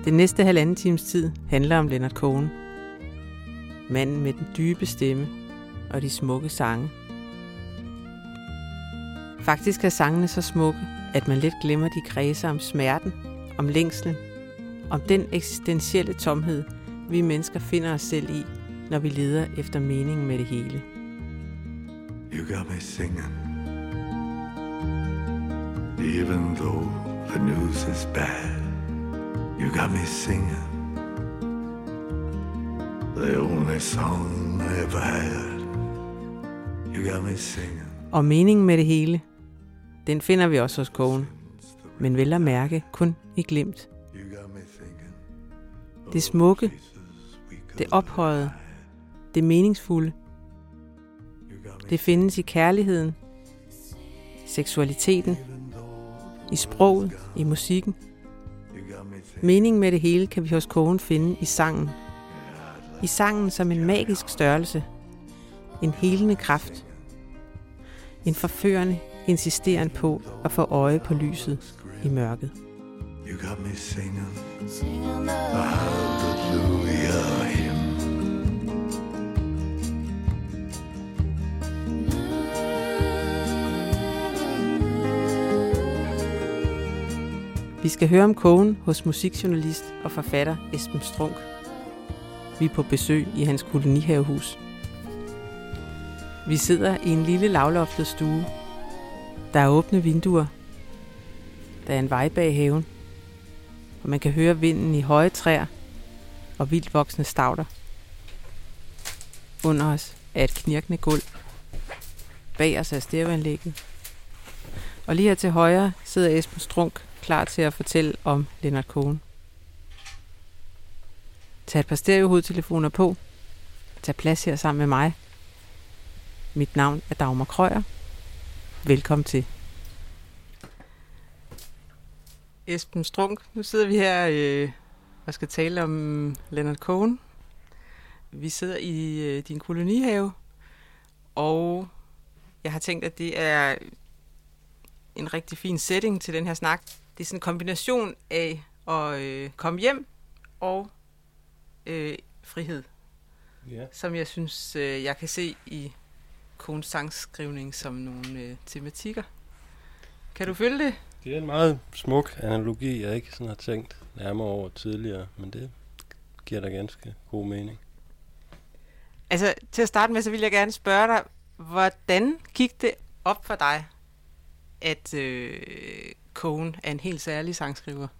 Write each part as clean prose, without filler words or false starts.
Den næste halvanden times tid handler om Leonard Cohen. Manden med den dybe stemme og de smukke sange. Faktisk er sangene så smukke, at man let glemmer de kredser om smerten, om længslen, om den eksistentielle tomhed, vi mennesker finder os selv i, når vi leder efter meningen med det hele. You got me singing, even though the news is bad. You got me singing, the only song I ever had. You got me singing. Og meningen med det hele, den finder vi også hos Cohen, men vel at mærke kun i glimt. Det smukke, det ophøjede, det meningsfulde, det findes i kærligheden, seksualiteten, i sproget, i musikken. Meningen med det hele kan vi hos Cohen finde i sangen. I sangen som en magisk størrelse, en helende kraft, en forførende insisteren på at få øje på lyset i mørket. You got me singing a hallelujah hymn. Vi skal høre om Cohen hos musikjournalist og forfatter Esben Strunk. Vi er på besøg i hans kolonihavehus. Vi sidder i en lille lavloftet stue. Der er åbne vinduer. Der er en vej bag haven. Og man kan høre vinden i høje træer og vildt voksne stauder. Under os er et knirkende gulv. Bag os er stereoanlægget. Og lige her til højre sidder Esben Strunk klar til at fortælle om Leonard Cohen. Tag et par stereohovedtelefoner på. Tag plads her sammen med mig. Mit navn er Dagmar Krøyer. Velkommen til. Esben Strunk, nu sidder vi her og skal tale om Leonard Cohen. Vi sidder i din kolonihave, og jeg har tænkt, at det er en rigtig fin setting til den her snak. Det er sådan en kombination af at komme hjem og frihed, som jeg synes, jeg kan se i Cohens sangskrivning som nogle tematikker. Kan du følge det? Det er en meget smuk analogi, jeg ikke sådan har tænkt nærmere over tidligere, men det giver da ganske god mening. Altså, til at starte med, så vil jeg gerne spørge dig, hvordan gik det op for dig, at Cohen er en helt særlig sangskriver?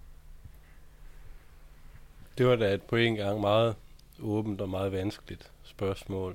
Det var da et på en gang meget åbent og meget vanskeligt spørgsmål.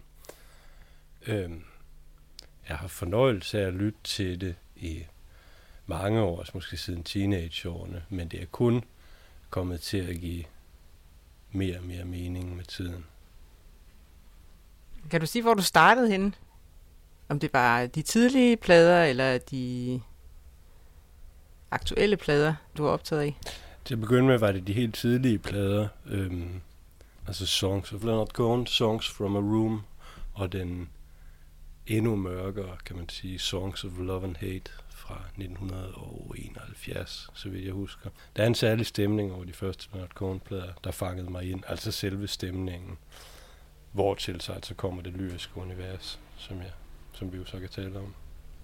Jeg har fornøjelse af at lytte til det i mange år, måske siden teenageårene, men det er kun kommet til at give mere og mere mening med tiden. Kan du sige, hvor du startede henne? Om det var de tidlige plader, eller de aktuelle plader, du var optaget af? Til at begynde med var det de helt tidlige plader, altså Songs of Leonard Cohen, Songs from a Room, og den endnu mørkere, kan man sige, Songs of Love and Hate fra 1971, så vidt jeg husker. Der er en særlig stemning over de første Leonard Cohen-plader, der fangede mig ind, altså selve stemningen, hvortil så altså kommer det lyriske univers, som vi jo så kan tale om.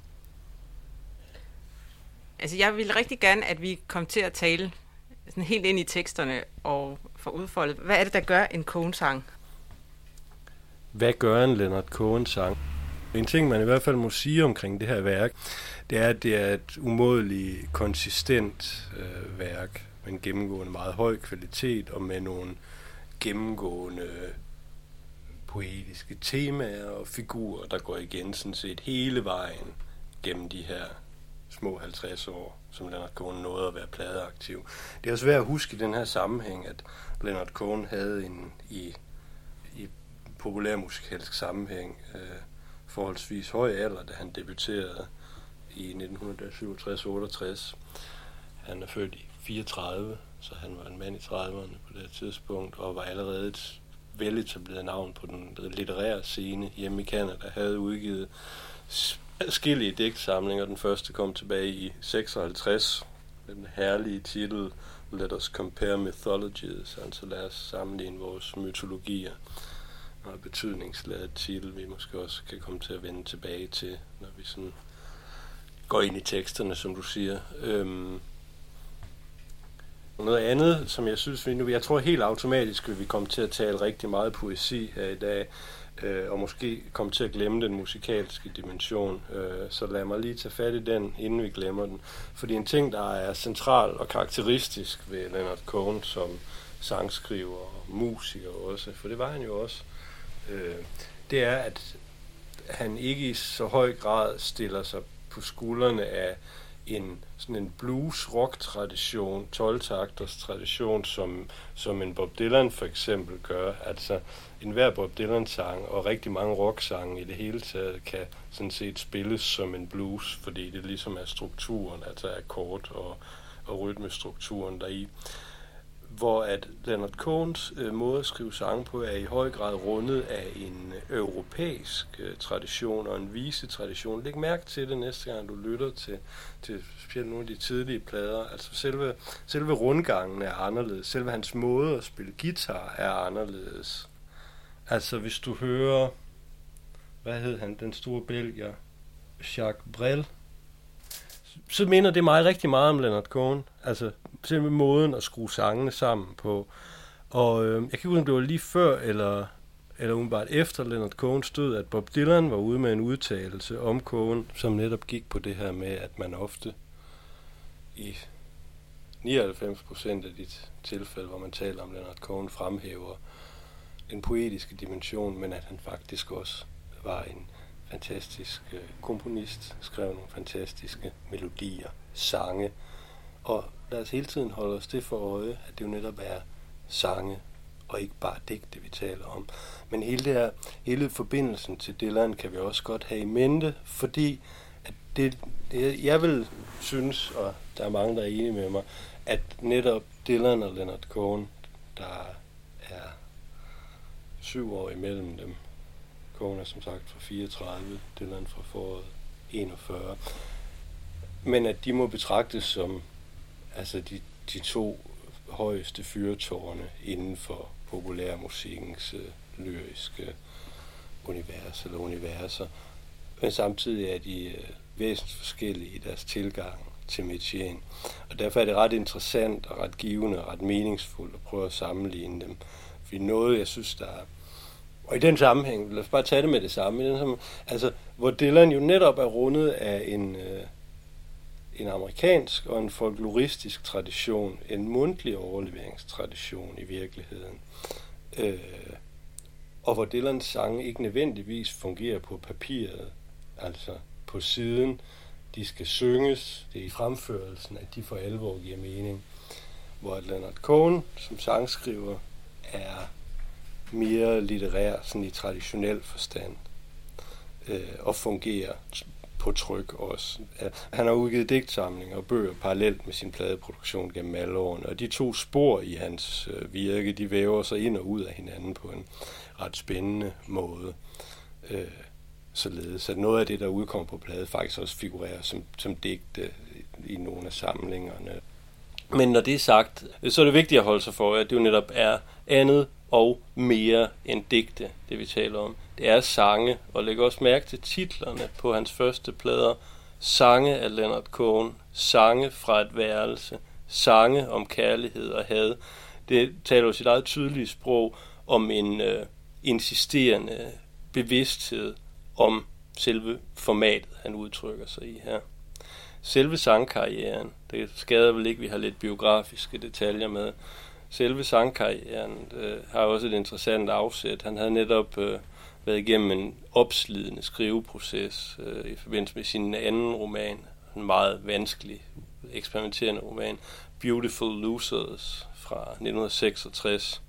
Altså, jeg ville rigtig gerne, at vi kom til at tale sådan helt ind i teksterne og få udfoldet. Hvad er det, der gør en Cohen-sang? Hvad gør en Leonard Cohen-sang? En ting, man i hvert fald må sige omkring det her værk, det er, at det er et umådeligt konsistent værk med en gennemgående meget høj kvalitet og med nogle gennemgående poetiske temaer og figurer, der går igen sådan set hele vejen gennem de her små 50 år, som Leonard Cohen nåede at være pladeaktiv. Det er også værd at huske i den her sammenhæng, at Leonard Cohen havde i populærmusikalsk sammenhæng forholdsvis høj alder, da han debuterede i 1967-68. Han er født i 34, så han var en mand i 30'erne på det tidspunkt, og var allerede et veletableret navn på den litterære scene hjemme i Canada, havde udgivet adskillige digtsamlinger. Den første kom tilbage i 56 med den herlige titel let us compare mythologies, altså lad os sammenligne vores mytologier. Og et betydningsladet titel, vi måske også kan komme til at vende tilbage til, når vi sådan går ind i teksterne, som du siger. Noget andet, som jeg synes, jeg tror helt automatisk, at vi kommer til at tale rigtig meget poesi her i dag, og måske komme til at glemme den musikalske dimension. Så lad mig lige tage fat i den, inden vi glemmer den. Fordi en ting, der er central og karakteristisk ved Leonard Cohen som sangskriver og musiker også, for det var han jo også, det er, at han ikke i så høj grad stiller sig på skuldrene af sådan en blues-rock-tradition, 12-takters tradition, som en Bob Dylan for eksempel gør. Altså enhver Bob Dylan-sang og rigtig mange rock-sange i det hele taget kan sådan set spilles som en blues, fordi det ligesom er strukturen, altså akkord og rytmestrukturen deri. Hvor at Leonard Cohens måde at skrive sange på er i høj grad rundet af en europæisk tradition og en visetradition. Læg mærke til det næste gang, du lytter til specielt nogle af de tidlige plader. Altså selve rundgangen er anderledes. Selve hans måde at spille guitar er anderledes. Altså hvis du hører, hvad hed han, den store belgier, Jacques Brel, så minder det mig rigtig meget om Leonard Cohen. Altså selve måden at skrue sangene sammen på. Og jeg kan ikke huske, om det var lige før eller umiddelbart efter Leonard Cohens død, at Bob Dylan var ude med en udtalelse om Cohen, som netop gik på det her med, at man ofte i 99% af de tilfælde, hvor man taler om Leonard Cohen, fremhæver den poetiske dimension, men at han faktisk også var en fantastisk komponist, skrev nogle fantastiske melodier, sange, og lad os hele tiden holde os det for øje, at det jo netop er sange, og ikke bare digte, vi taler om. Men hele forbindelsen til Dylan kan vi også godt have i mente, fordi at det, jeg vil synes, og der er mange, der er enige med mig, at netop Dylan og Leonard Cohen, der er 7 år imellem dem, Cohen er som sagt fra 34, Dylan fra foråret 41, men at de må betragtes som altså de to højeste fyrtårne inden for populærmusikkens lyriske univers eller universer. Men samtidig er de væsentligt forskellige i deres tilgang til métieren. Og derfor er det ret interessant og ret givende og ret meningsfuldt at prøve at sammenligne dem. Fordi noget, jeg synes, der er... Og i den sammenhæng, lad os bare tage det med det samme, altså, hvor Dylan jo netop er rundet af en amerikansk og en folkloristisk tradition, en mundtlig overleveringstradition i virkeligheden. Og hvor Dylans sange ikke nødvendigvis fungerer på papiret, altså på siden. De skal synges, det er i fremførelsen, at de for alvor giver mening. Hvor Leonard Cohen som sangskriver er mere litterær, sådan i traditionel forstand, og fungerer på tryk også. Han har udgivet digtsamlinger og bøger parallelt med sin pladeproduktion gennem alle årene, og de to spor i hans virke, de væver sig ind og ud af hinanden på en ret spændende måde. Således at noget af det, der udkommer på plade, faktisk også figurerer som digte i nogle af samlingerne. Men når det er sagt, så er det vigtigt at holde sig for, at det jo netop er andet og mere end digte, det vi taler om. Det er sange, og læg også mærke til titlerne på hans første plader. Sange af Leonard Cohen, sange fra et værelse, sange om kærlighed og had. Det taler jo sit eget tydelige sprog om en insisterende bevidsthed om selve formatet, han udtrykker sig i her. Selve sangkarrieren, det skader vel ikke, vi har lidt biografiske detaljer med. Selve sangkarrieren har også et interessant afsæt. Han havde netop været igennem en opslidende skriveproces i forbindelse med sin anden roman, en meget vanskelig, eksperimenterende roman, Beautiful Losers fra 1966.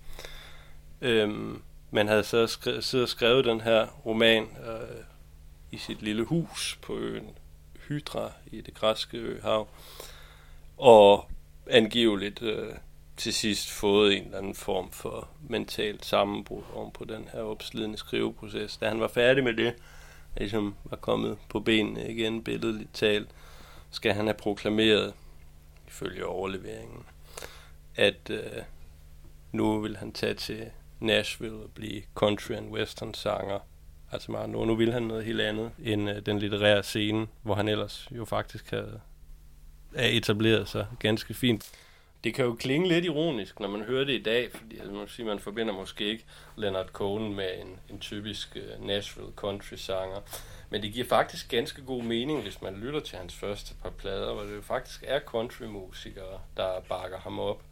Man havde så siddet og skrevet den her roman i sit lille hus på øen Hydra i det græske øhav, og angiveligt til sidst fået en eller anden form for mentalt sammenbrud oven på den her opslidende skriveproces. Da han var færdig med det, ligesom var kommet på benene igen, billedligt talt, skal han have proklameret, ifølge overleveringen, at nu vil han tage til Nashville og blive country and western sanger. Altså meget nu vil han noget helt andet end den litterære scene, hvor han ellers jo faktisk havde etableret sig ganske fint. Det kan jo klinge lidt ironisk, når man hører det i dag, fordi altså, man forbinder måske ikke Leonard Cohen med en typisk Nashville country-sanger. Men det giver faktisk ganske god mening, hvis man lytter til hans første par plader, hvor det jo faktisk er country-musikere, der bakker ham op.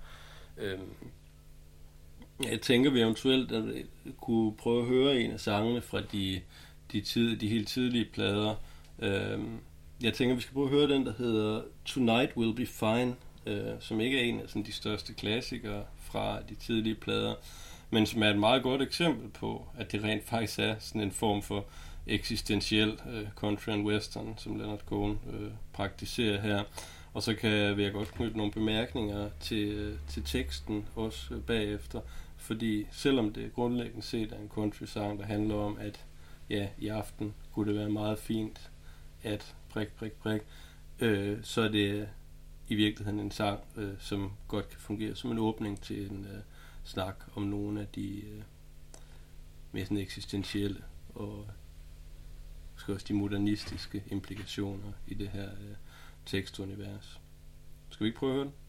Jeg tænker, vi eventuelt kunne prøve at høre en af sangene fra de helt tidlige plader. Jeg tænker, vi skal prøve at høre den, der hedder Tonight Will Be Fine, som ikke er en af sådan, de største klassikere fra de tidlige plader, men som er et meget godt eksempel på, at det rent faktisk er sådan en form for eksistentiel country and western, som Leonard Cohen praktiserer her. Og så vil jeg godt knytte nogle bemærkninger til teksten også bagefter, fordi selvom det grundlæggende set er en country-sang, der handler om, at ja, i aften kunne det være meget fint at prik, så er det i virkeligheden en sang, som godt kan fungere som en åbning til en snak om nogle af de mere sådan eksistentielle og måske også de modernistiske implikationer i det her tekstunivers. Skal vi ikke prøve at høre den?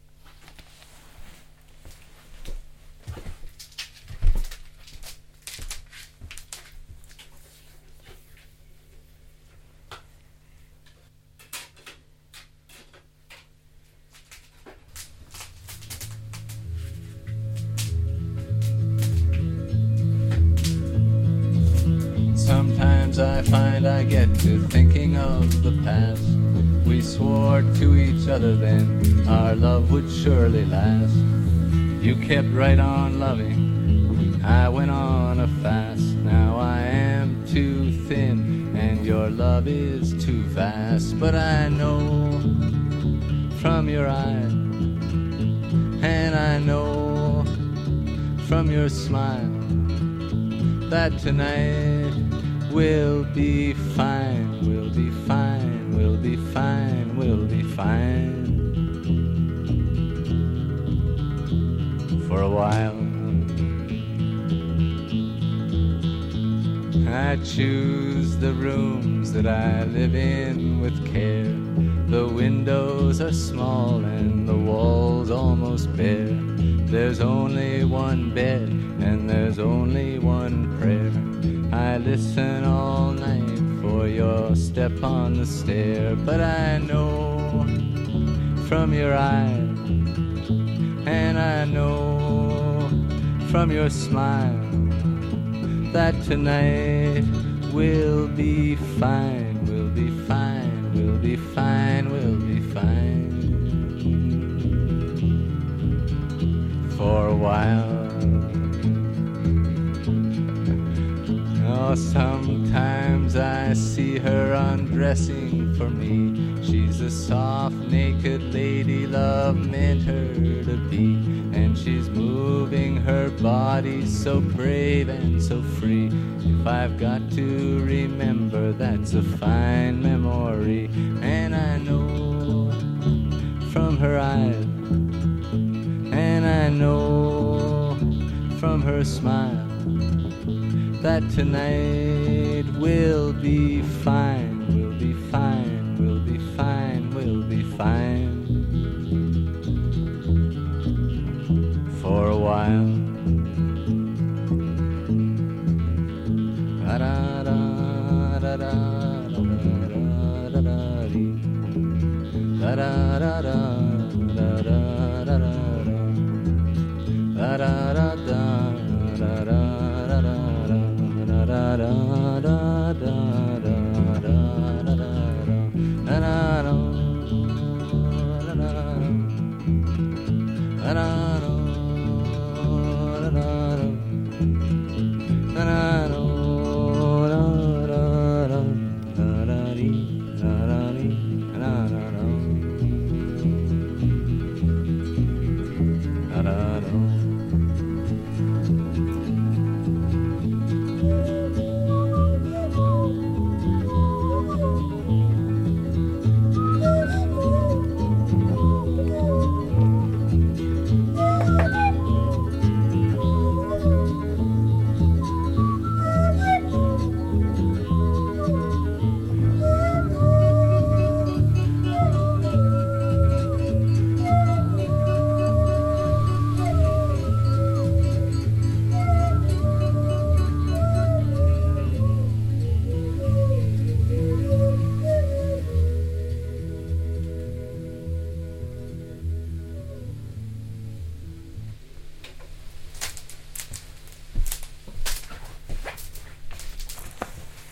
Sometimes I find I get to thinking of the past. We swore to each other then our love would surely last. You kept right on loving, I went on a fast. Now I am too thin and your love is too vast. But I know from your eyes, and I know from your smile, that tonight we'll be fine, we'll be fine, we'll be fine, we'll be fine. For a while I choose the rooms that I live in with care. The windows are small and the walls almost bare. There's only one bed and there's only one prayer. I listen all night for your step on the stair. But I know from your eyes, and I know from your smile, that tonight we'll be fine, we'll be fine, we'll be fine, we'll be fine. For a while. Oh, sometimes I see her undressing for me. She's a soft, naked lady love meant her to be. And she's moving her body so brave and so free. If I've got to remember, that's a fine memory. And I know from her eyes, and I know from her smile, that tonight we'll be fine, we'll be fine, we'll be fine, we'll be fine. For a while.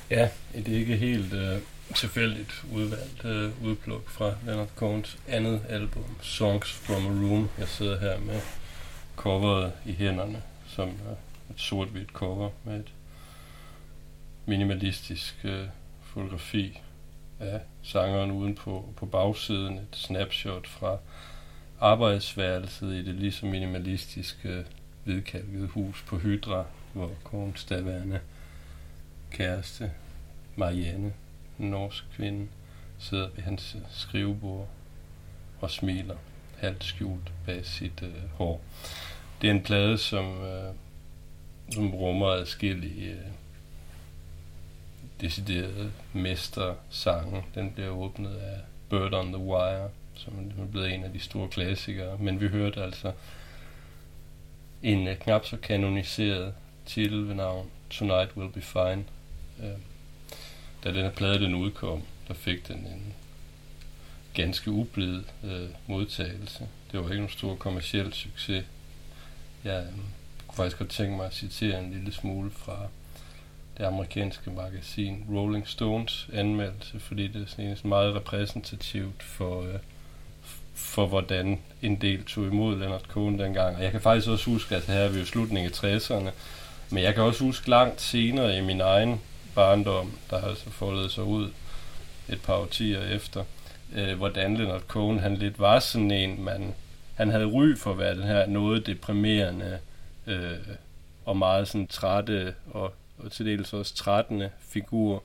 Ja, et ikke helt tilfældigt udvalgt udpluk fra Leonard Cohens andet album, Songs from a Room. Jeg sidder her med coveret i hænderne, som et sort-hvidt cover med et minimalistisk fotografi af sangeren udenpå. På bagsiden et snapshot fra arbejdsværelset i det lige så minimalistiske hvidkalkede hus på Hydra, hvor Cohens daværende kæreste Marianne, en norsk kvinde, sidder ved hans skrivebord og smiler halvt skjult bag sit hår. Det er en plade, som rummer adskillige deciderede mestersange. Den bliver åbnet af Bird on the Wire, som er blevet en af de store klassikere. Men vi hørte altså en knap så kanoniseret titel ved navn Tonight Will Be Fine. Da den her plade den udkom, der fik den en ganske ublid modtagelse. Det var ikke nogen stor kommerciel succes. Jeg kunne faktisk godt tænke mig at citere en lille smule fra det amerikanske magasin Rolling Stones anmeldelse, fordi det er sådan meget repræsentativt for hvordan en del tog imod Leonard Cohen dengang. Og jeg kan faktisk også huske, at her er vi jo slutningen af 60'erne, men jeg kan også huske langt senere i min egen barndom, der har altså foldet sig ud et par årtier efter, hvordan Leonard Cohen, han lidt var sådan en, han havde ry for at være den her noget deprimerende og meget sådan trætte og til dels også trættende figur.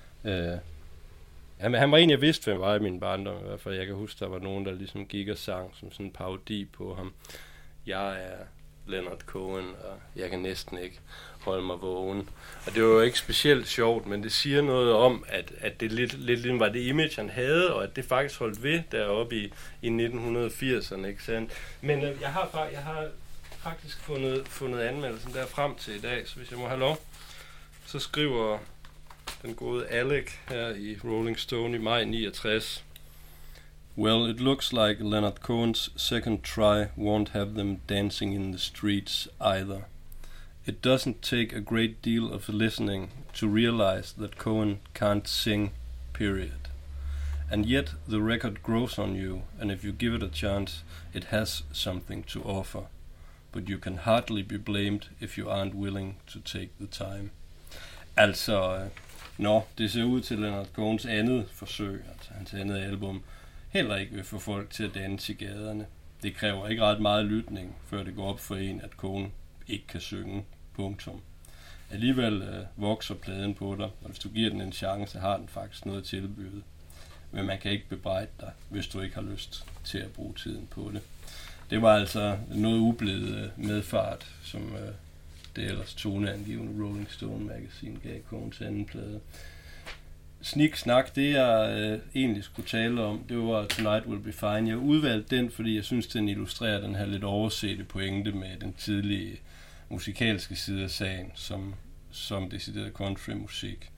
Han var en, jeg vidste, hvem var i min barndom i hvert fald. Jeg kan huske, der var nogen, der ligesom gik og sang som sådan en parodi på ham. Jeg er Leonard Cohen, og jeg kan næsten ikke holde mig vågen. Og det var jo ikke specielt sjovt, men det siger noget om, at det lidt var det image, han havde, og at det faktisk holdt ved deroppe i 1980'erne, ikke sandt? Men jeg har faktisk fundet anmeldelsen der frem til i dag, så hvis jeg må have lov, så skriver den gode Alec her i Rolling Stone i maj 69. Well, it looks like Leonard Cohen's second try won't have them dancing in the streets either. It doesn't take a great deal of listening to realize that Cohen can't sing, period. And yet the record grows on you, and if you give it a chance, it has something to offer. But you can hardly be blamed if you aren't willing to take the time. Altså, det ser ud til Leonard Cohens andet forsøg, altså hans andet album, heller ikke vil få folk til at danse i gaderne. Det kræver ikke ret meget lytning, før det går op for en, at Cohen ikke kan synge, punktum. Alligevel vokser pladen på dig, og hvis du giver den en chance, har den faktisk noget at tilbyde. Men man kan ikke bebrejde dig, hvis du ikke har lyst til at bruge tiden på det. Det var altså noget ublevet medfart, som det ellers toneangivende Rolling Stone magasin gav Cohens anden plade. Snak, det jeg egentlig skulle tale om, det var Tonight Will Be Fine. Jeg udvalgte den, fordi jeg synes, den illustrerer den her lidt oversete pointe med den tidlige musikalske side af sagen, som decideret countrymusik.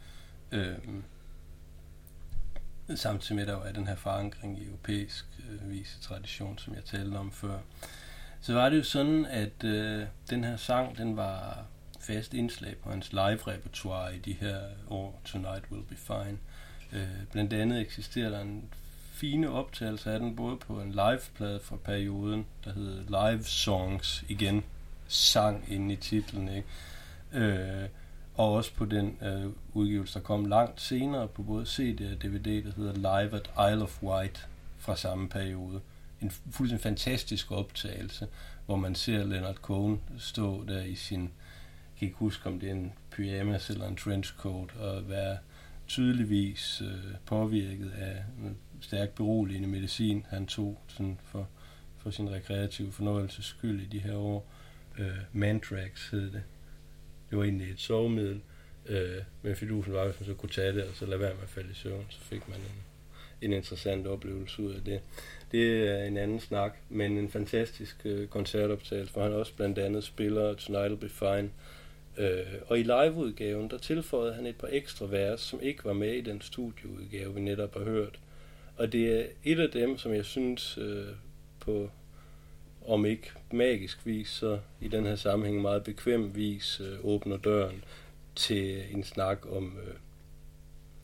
Samtidig med, der var den her forankring i europæisk visetradition, som jeg talte om før. Så var det jo sådan, at den her sang, den var fast indslag på hans live-repertoire i de her år, Tonight Will Be Fine. Blandt andet eksisterer der en fine optagelse af den, både på en live-plade fra perioden, der hedder Live Songs, igen sang inde i titlen, ikke? Og også på den udgivelse, der kom langt senere på både CD og DVD, der hedder Live at Isle of Wight fra samme periode. En fuldstændig fantastisk optagelse, hvor man ser Leonard Cohen stå der i sin, jeg kan ikke huske om det er en pyjamas eller en trenchcoat, og være tydeligvis påvirket af en stærk beroligende medicin, han tog sådan for sin rekreative fornøjelses skyld i de her år. Mandrax hed det. Det var egentlig et sovemiddel, men fidusen var, hvis man så kunne tage det, og så lade være med at falde i søvn, så fik man en interessant oplevelse ud af det. Det er en anden snak, men en fantastisk koncertoptagelse, hvor han også blandt andet spiller Tonight Will Be Fine. Og i liveudgaven, der tilføjede han et par ekstra vers, som ikke var med i den studieudgave, vi netop har hørt. Og det er et af dem, som jeg synes på, om ikke magisk vis, så i den her sammenhæng meget bekvem vis åbner døren til en snak om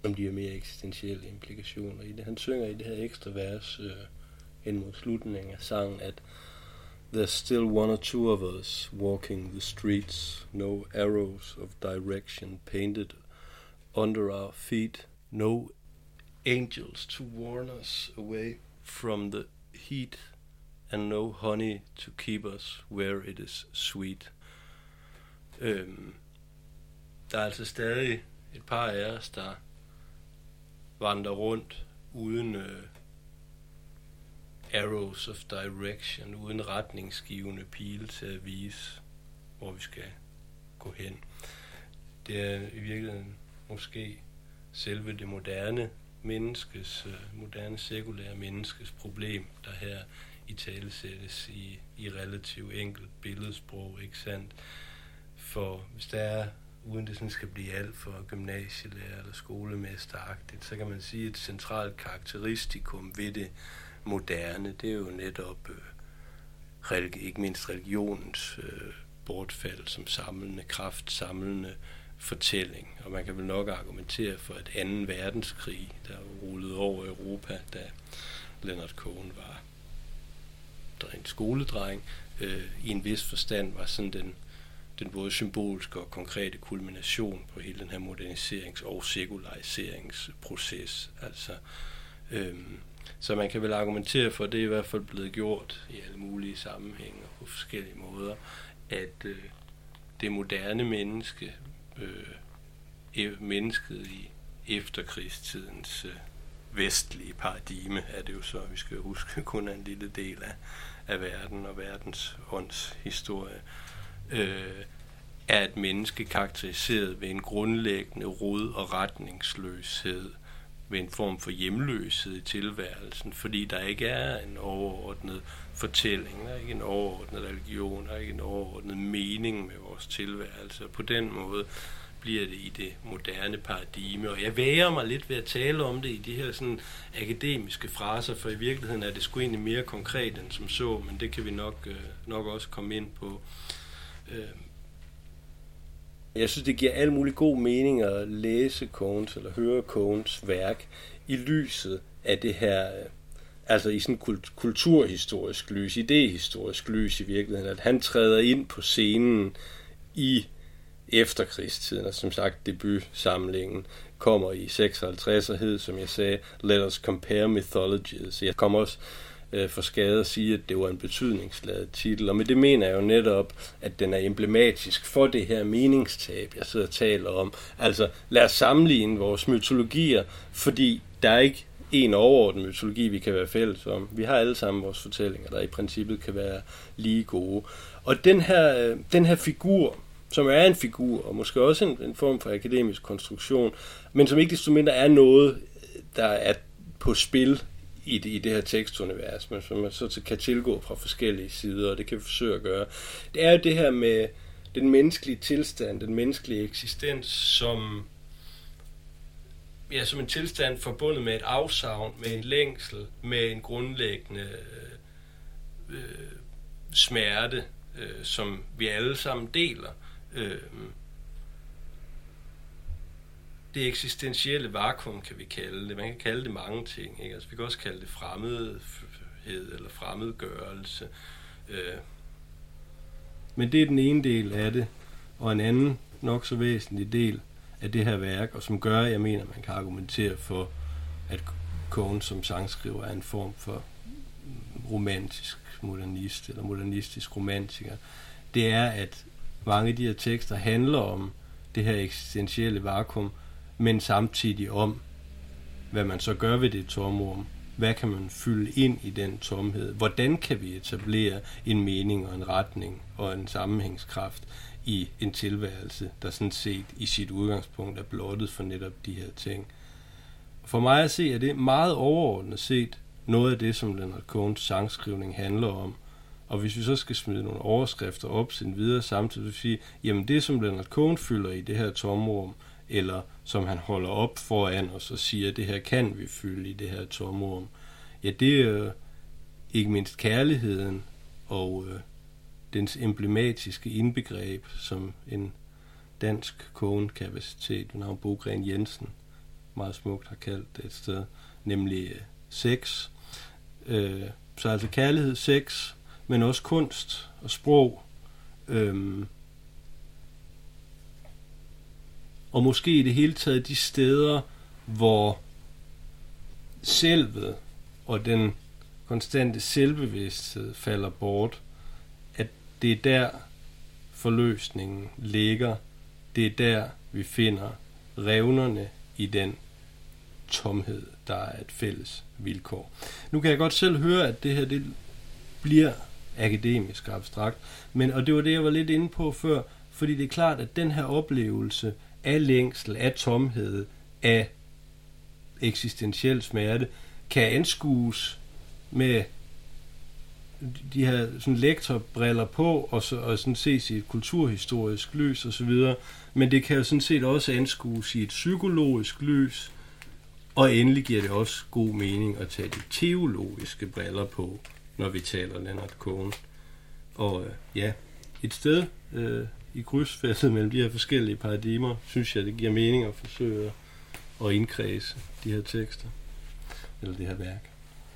om de her mere eksistentielle implikationer i det. Han synger i det her ekstra vers hen mod slutningen af sangen, at there's still one or two of us walking the streets, no arrows of direction painted under our feet, no angels to warn us away from the heat, and no honey to keep us where it is sweet. Der er altså stadig et par af os, der vandrer rundt uden arrows of direction, uden retningsgivende pile til at vise, hvor vi skal gå hen. Det er i virkeligheden måske selve det moderne menneskes, moderne sekulære menneskes problem, der her italesættes i relativt enkelt billedsprog, ikke sandt? For hvis der er, uden det sådan skal blive alt for gymnasielærer eller skolemesteragtigt, så kan man sige, at et centralt karakteristikum ved det moderne, det er jo netop ikke mindst religionens bortfald som samlende kraft, samlende fortælling. Og man kan vel nok argumentere for, at 2. verdenskrig, der rullede over Europa, da Leonard Cohen var en skoledreng, i en vis forstand var sådan den både symbolske og konkrete kulmination på hele den her moderniserings- og sekulariseringsproces. Altså, så man kan vel argumentere for, at det er i hvert fald blevet gjort i alle mulige sammenhænge og på forskellige måder, at det moderne menneske, mennesket i efterkrigstidens vestlige paradigme, er det jo så, vi skal huske, kun en lille del af verden og verdens åndshistorie, er et menneske karakteriseret ved en grundlæggende rod og retningsløshed, ved en form for hjemløshed i tilværelsen, fordi der ikke er en overordnet fortælling, der er ikke en overordnet religion, der er ikke en overordnet mening med vores tilværelse. På den måde bliver det i det moderne paradigme, og jeg væger mig lidt ved at tale om det i de her sådan akademiske fraser, for i virkeligheden er det sgu egentlig mere konkret end som så, men det kan vi nok også komme ind på. Jeg synes, det giver al mulig god mening at læse Cohens eller høre Cohens værk i lyset af det her, altså i sådan kulturhistorisk lys, idehistorisk lys i virkeligheden, at han træder ind på scenen i efterkrigstiden, og som sagt debutsamlingen kommer i 56 og hed, som jeg sagde, Let us compare mythologies. Jeg kommer også for skade at sige, at det var en betydningsladet titel, og med det mener jeg jo netop, at den er emblematisk for det her meningstab, jeg sidder og taler om. Altså, lad os sammenligne vores mytologier, fordi der er ikke en overordnet mytologi, vi kan være fælles om. Vi har alle sammen vores fortællinger, der i princippet kan være lige gode. Og den her figur, som er en figur, og måske også en form for akademisk konstruktion, men som ikke desto mindre er noget, der er på spil i det her tekstunivers, men som man så kan tilgå fra forskellige sider, og det kan vi forsøge at gøre. Det er jo det her med den menneskelige tilstand, den menneskelige eksistens, som en tilstand forbundet med et afsavn, med en længsel, med en grundlæggende smerte, som vi alle sammen deler. Det eksistentielle vakuum, kan vi kalde det. Man kan kalde det mange ting, ikke? Altså, vi kan også kalde det fremmedhed eller fremmedgørelse. Men det er den ene del af det, og en anden nok så væsentlig del af det her værk, og som gør, jeg mener, man kan argumentere for, at Cohen som sangskriver er en form for romantisk modernist, eller modernistisk romantiker, det er, at mange af de her tekster handler om det her eksistentielle vakuum, men samtidig om, hvad man så gør ved det tomrum. Hvad kan man fylde ind i den tomhed? Hvordan kan vi etablere en mening og en retning og en sammenhængskraft i en tilværelse, der sådan set i sit udgangspunkt er blottet for netop de her ting? For mig at se, er det meget overordnet set noget af det, som Leonard Cohens sangskrivning handler om. Og hvis vi så skal smide nogle overskrifter op, sende videre samtidig, vil sige, jamen det, som Leonard Cohen fylder i det her tomrum, eller som han holder op foran os og siger, det her kan vi fylde i det her tomrum, ja, det er ikke mindst kærligheden og dens emblematiske indbegreb, som en dansk Cohen-kapacitet ved navn Bogren Jensen meget smukt har kaldt det et sted, nemlig sex. Så altså kærlighed, sex, men også kunst og sprog. Og måske i det hele taget de steder, hvor selvet og den konstante selvbevidsthed falder bort, at det er der forløsningen ligger. Det er der, vi finder revnerne i den tomhed, der er et fælles vilkår. Nu kan jeg godt selv høre, at det her det bliver akademisk og abstrakt, og det var det, jeg var lidt inde på før, fordi det er klart, at den her oplevelse af længsel, af tomhed, af eksistentiel smerte, kan anskues med de her sådan lektorbriller på, og sådan ses i et kulturhistorisk lys osv., men det kan jo sådan set også anskues i et psykologisk lys, og endelig giver det også god mening at tage de teologiske briller på, når vi taler Leonard Cohen. Og et sted i krydsfeltet mellem de her forskellige paradigmer, synes jeg, det giver mening at forsøge at indkredse de her tekster, eller det her værk.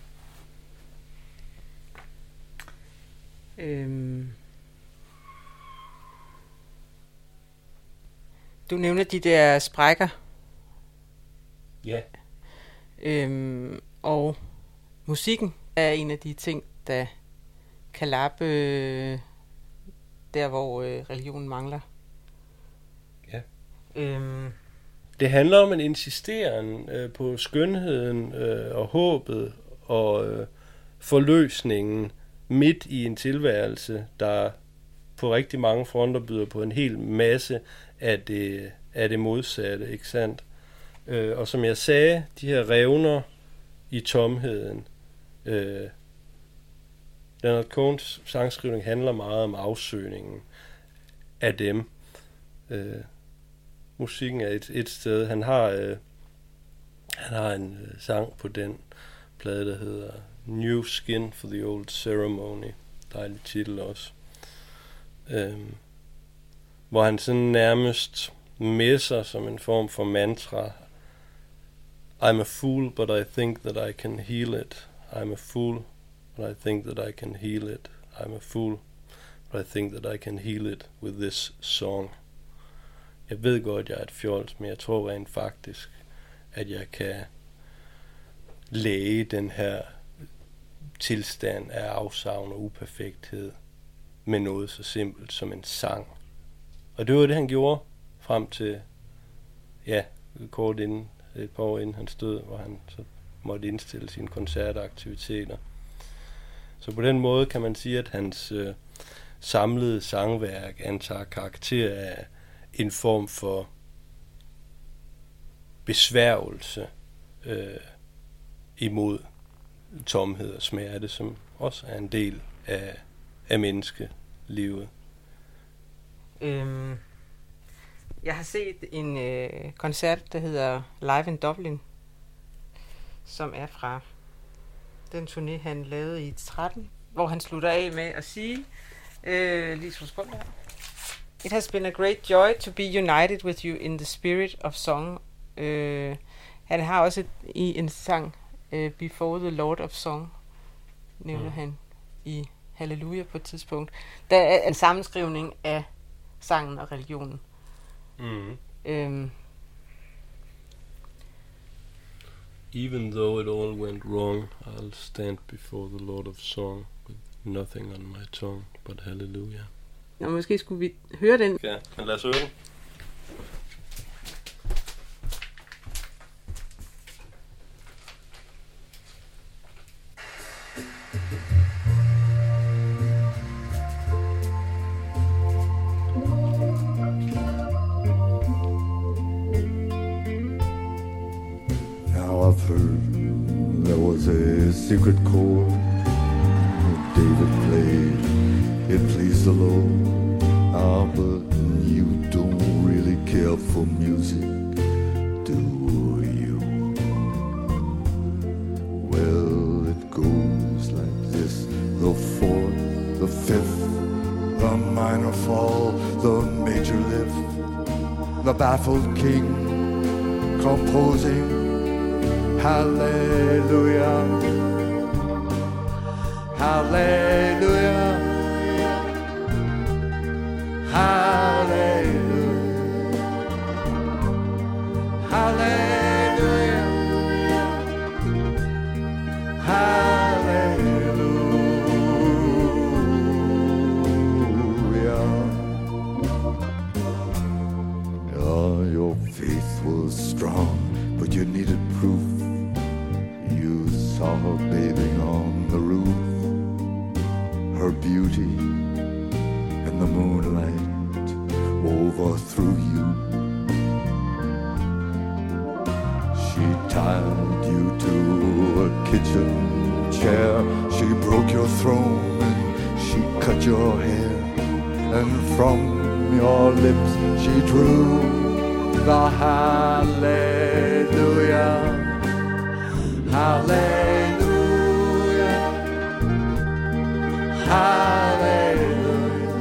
Du nævner de der sprækker. Ja. Og musikken er en af de ting, der kan lappe der, hvor religionen mangler. Ja. Det handler om en insisteren på skønheden og håbet og forløsningen midt i en tilværelse, der på rigtig mange fronter byder på en hel masse af det modsatte, ikke sandt? Og som jeg sagde, de her revner i tomheden. Leonard Cohens sangskrivning handler meget om afsøgningen af dem. Musikken er et sted. Han har en sang på den plade, der hedder New Skin for the Old Ceremony. Dejlig titel også. Hvor han sådan nærmest messer som en form for mantra. I'm a fool, but I think that I can heal it. I'm a fool, but I think that I can heal it. I'm a fool, but I think that I can heal it with this song. Jeg ved godt, jeg er et fjols, men jeg tror rent faktisk, at jeg kan læge den her tilstand af afsavn og uperfekthed med noget så simpelt som en sang. Og det var det, han gjorde frem til, kort inden, et par år inden han stod, hvor han så måtte indstille sine koncertaktiviteter. Så på den måde kan man sige, at hans samlede sangværk antager karakter af en form for besværgelse imod tomhed og smerte, som også er en del af menneskelivet. Jeg har set en koncert, der hedder Live in Dublin, som er fra den turné, han lavede i 13, hvor han slutter af med at sige, lige så skål der. It has been a great joy to be united with you in the spirit of song. Han har også i en sang, Before the Lord of Song, nævner han i Halleluja på et tidspunkt. Der er en sammenskrivning af sangen og religionen. Even though it all went wrong, I'll stand before the Lord of Song with nothing on my tongue but hallelujah. Nå, måske skulle vi høre den. Ja, men lad os høre den. Now I've heard there was a secret chord David played, it pleased the Lord. But you don't really care for music, do you? Well, it goes like this: the fourth, the fifth, the minor fall, the major lift, the baffled king, composing hallelujah, hallelujah, hallelujah, hallelujah, hallelujah. Oh, your faith was strong, but you needed proof. You saw her bathing on the roof, her beauty and the moonlight overthrew you. She tied you to a kitchen chair, she broke your throne and she cut your hair, and from your lips she drew the hallelujah, hallelujah, hallelujah,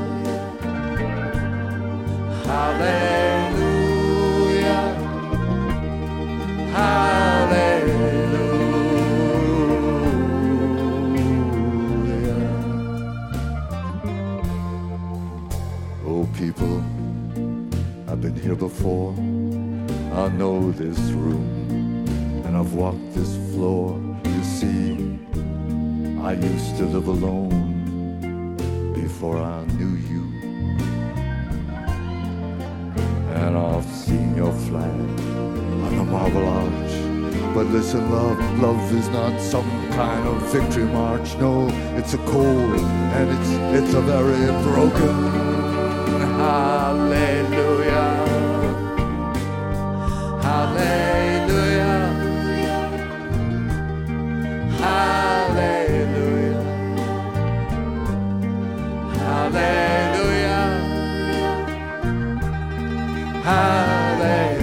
hallelujah, hallelujah. Oh, people, I've been here before. I know this room, and I've walked this floor. You see, I used to live alone before I knew you. And I've seen your flag on the Marble Arch. But listen, love is not some kind of victory march. No, it's a cold, and it's a very broken hallelujah, hallelujah, hallelujah, hallelujah, hallelujah.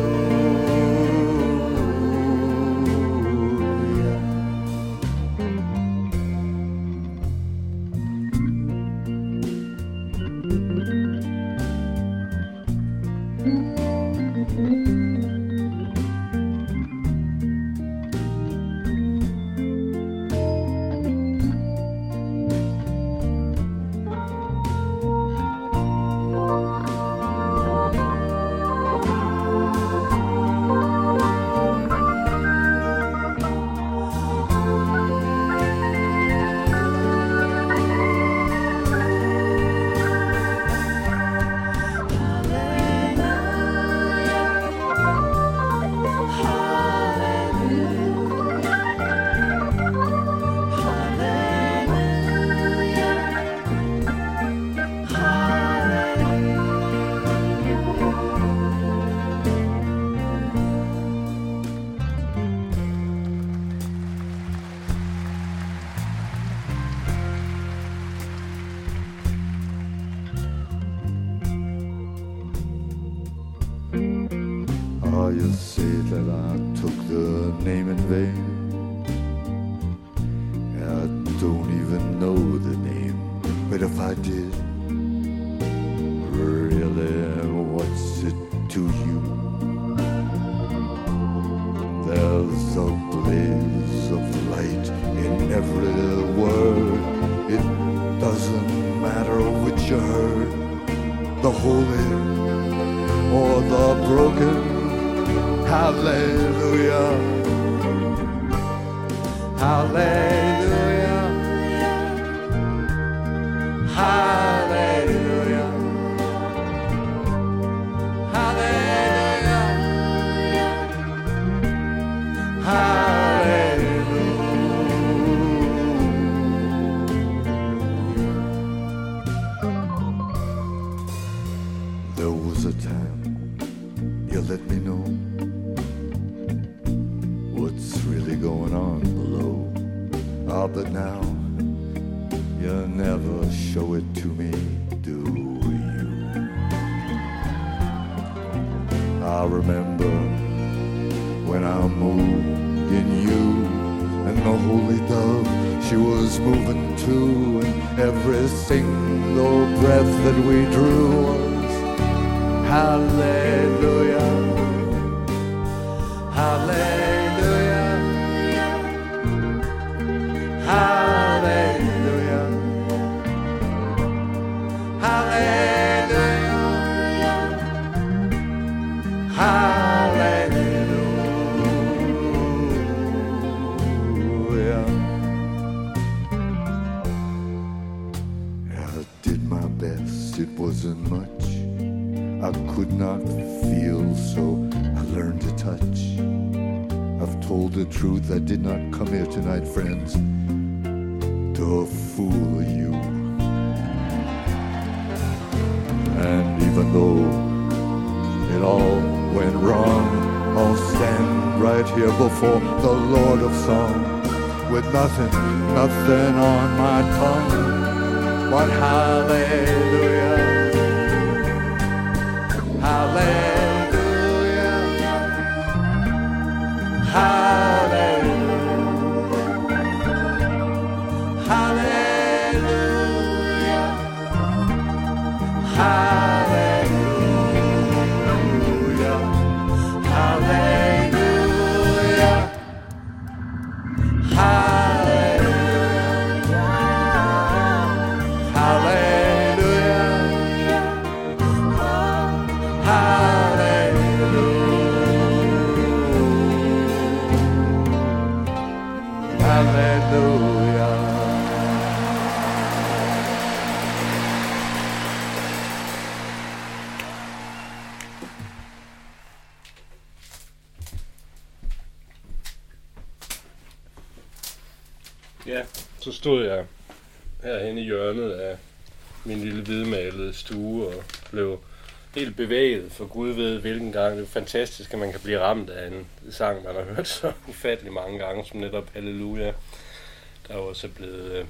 Oh, you say that I took the name in vain. I don't even know the name, but if I did, really, what's it to you? There's a blaze of light in every word. It doesn't matter which you heard, the holy or the broken. Hallelujah, hallelujah, hallelujah, hallelujah, hallelujah. There was a time you let me know what's really going on below. Ah, but now you never show it to me, do you? I remember when I moved in you, and the holy dove, she was moving too, and every single breath that we drew was hallelujah, Hallelujah. Hallelujah. Hallelujah. Hallelujah. I did my best, it wasn't much. I could not feel, so I learned to touch. I've told the truth, I did not come here tonight, friends, to fool you. And even though it all went wrong, I'll stand right here before the Lord of Song with nothing on my tongue but hallelujah. Hallelujah. Hallelujah. Hallelujah. Hallelujah. Hallelujah. Ja, så stod jeg herhenne i hjørnet af min lille hvidmalede stue og blev helt bevæget, for Gud ved hvilken gang. Det er fantastisk, at man kan blive ramt af en sang, man har hørt så ufattelig mange gange, som netop Halleluja, der er også blevet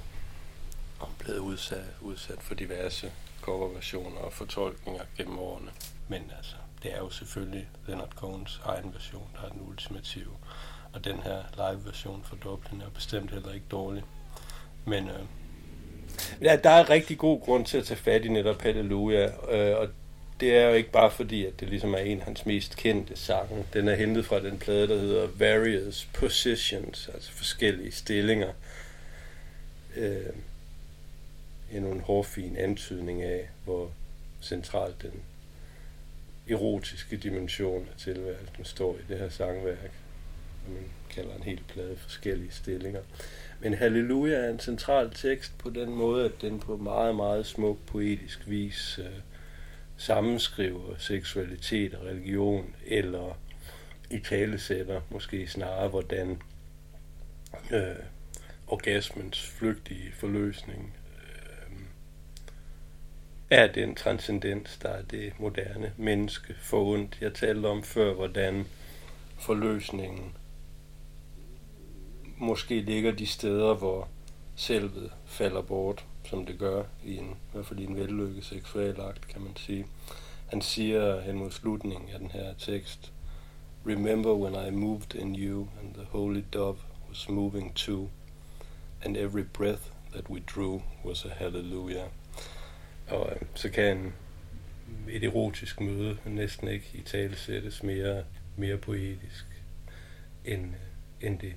udsat for diverse coverversioner og fortolkninger gennem årene. Men altså, det er jo selvfølgelig Leonard Cohens egen version, der er den ultimative. Og den her live-version fra Dublin er bestemt heller ikke dårlig. Men ja, der er rigtig god grund til at tage fat i netop Halleluja. Og det er jo ikke bare fordi, at det ligesom er en af hans mest kendte sange. Den er hentet fra den plade, der hedder Various Positions, altså forskellige stillinger. Endnu en hårfin antydning af, hvor centralt den erotiske dimension af tilværelsen står i det her sangværk. Man kalder en hel plade forskellige stillinger. Men Halleluja er en central tekst på den måde, at den på meget, meget smuk poetisk vis sammenskriver seksualitet og religion, eller italesætter måske snarere, hvordan orgasmens flygtige forløsning er den transcendens, der er det moderne menneske forundt. Jeg talte om før, hvordan forløsningen måske ligger de steder, hvor selvet falder bort, som det gør i hvert fald i en vellykket seksuel akt, kan man sige. Han siger hen mod slutningen af den her tekst, "Remember when I moved in you, and the holy dove was moving too, and every breath that we drew was a hallelujah." Og så kan et erotisk møde næsten ikke italesættes mere poetisk end det.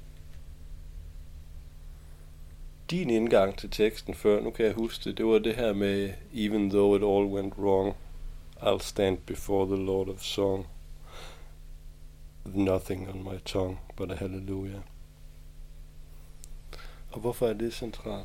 Din indgang til teksten før, nu kan jeg huske det var det her med "Even though it all went wrong, I'll stand before the Lord of Song, with nothing on my tongue but a hallelujah." Og hvorfor er det centralt?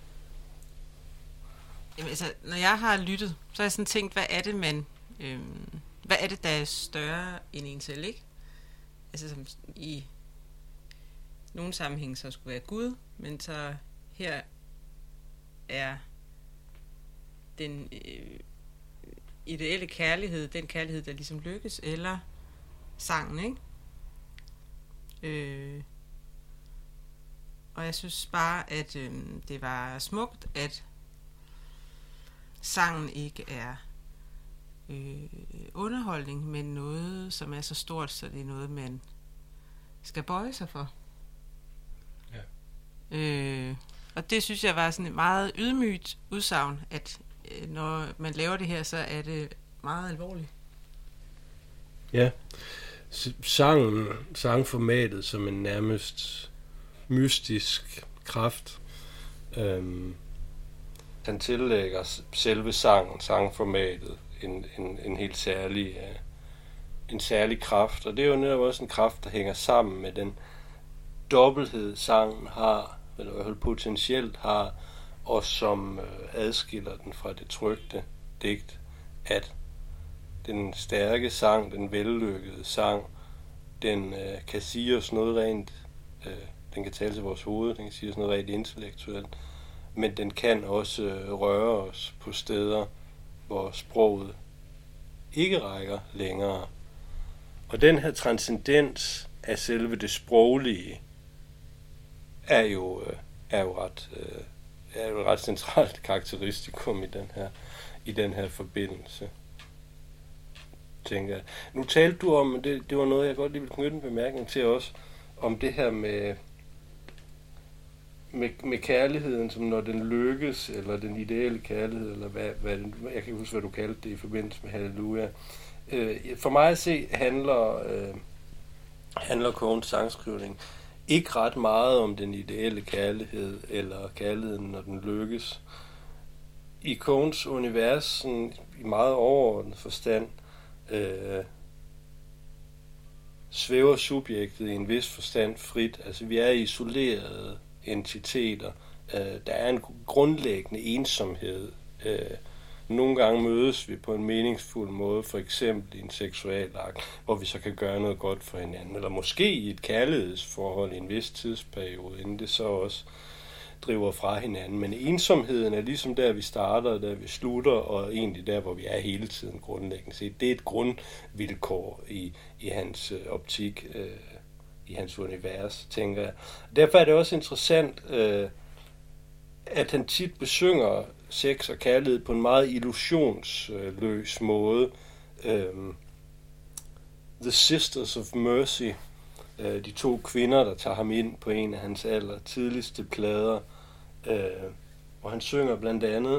Jamen, altså, når jeg har lyttet, så har jeg sådan tænkt, hvad er det, der er større end en selv, ikke? Altså, som i nogle sammenhæng så skulle være Gud, men så her er den ideelle kærlighed, den kærlighed, der ligesom lykkes, eller sangen, ikke? Og jeg synes bare, at det var smukt, at sangen ikke er underholdning, men noget, som er så stort, så det er noget, man skal bøje sig for. Ja. Og det synes jeg var sådan et meget ydmygt udsagn, at når man laver det her, så er det meget alvorligt. Ja, sangformatet som en nærmest mystisk kraft. Han tillægger selve sangformatet en helt særlig en særlig kraft, og det er jo netop også en kraft, der hænger sammen med den dobbelthed, sangen har, eller i hvert fald potentielt har, og som adskiller den fra det trykte digt, at den stærke sang, den vellykkede sang, den kan sige os noget rent, den kan tale til vores hoved, den kan sige os noget rent intellektuelt, men den kan også røre os på steder, hvor sproget ikke rækker længere. Og den her transcendens af selve det sproglige er jo et ret centralt karakteristikum i den her forbindelse, tænker jeg. Nu talte du om, det var noget, jeg godt lige ville knytte en bemærkning til også, om det her med kærligheden, som når den lykkes, eller den ideelle kærlighed, eller hvad jeg kan ikke huske, hvad du kaldte det i forbindelse med Halleluja. For mig at se handler Cohns sangskrivning ikke ret meget om den ideelle kærlighed, eller kærligheden, når den lykkes. I Cohns univers, sådan, i meget overordnet forstand, svæver subjektet i en vis forstand frit. Altså, vi er isolerede entiteter. Der er en grundlæggende ensomhed. Nogle gange mødes vi på en meningsfuld måde, for eksempel i en seksualakt, hvor vi så kan gøre noget godt for hinanden, eller måske i et kærlighedsforhold i en vis tidsperiode, inden det så også driver fra hinanden. Men ensomheden er ligesom der, vi starter, der vi slutter, og egentlig der, hvor vi er hele tiden grundlæggende set. Det er et grundvilkår i hans optik, i hans univers, tænker jeg. Derfor er det også interessant, at han tit besynger sex og kærlighed på en meget illusionsløs måde. The Sisters of Mercy, de to kvinder, der tager ham ind på en af hans aller tidligste plader, hvor han synger blandt andet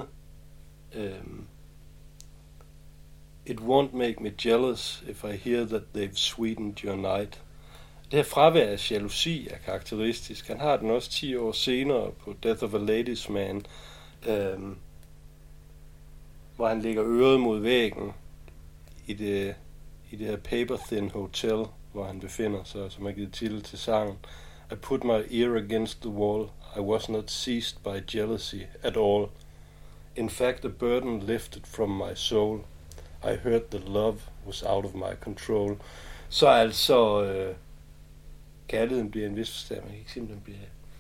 It won't make me jealous if I hear that they've sweetened your night. Det her fravær af jalousi er karakteristisk. Han har den også 10 år senere på Death of a Ladies Man, hvor han lægger øret mod væggen i det her Paper Thin Hotel, hvor han befinder sig, som har givet titel til sangen. I put my ear against the wall. I was not seized by jealousy at all. In fact, a burden lifted from my soul. I heard that love was out of my control. Så altså, kærligheden bliver en vis forstand. Man kan ikke simpelthen blive...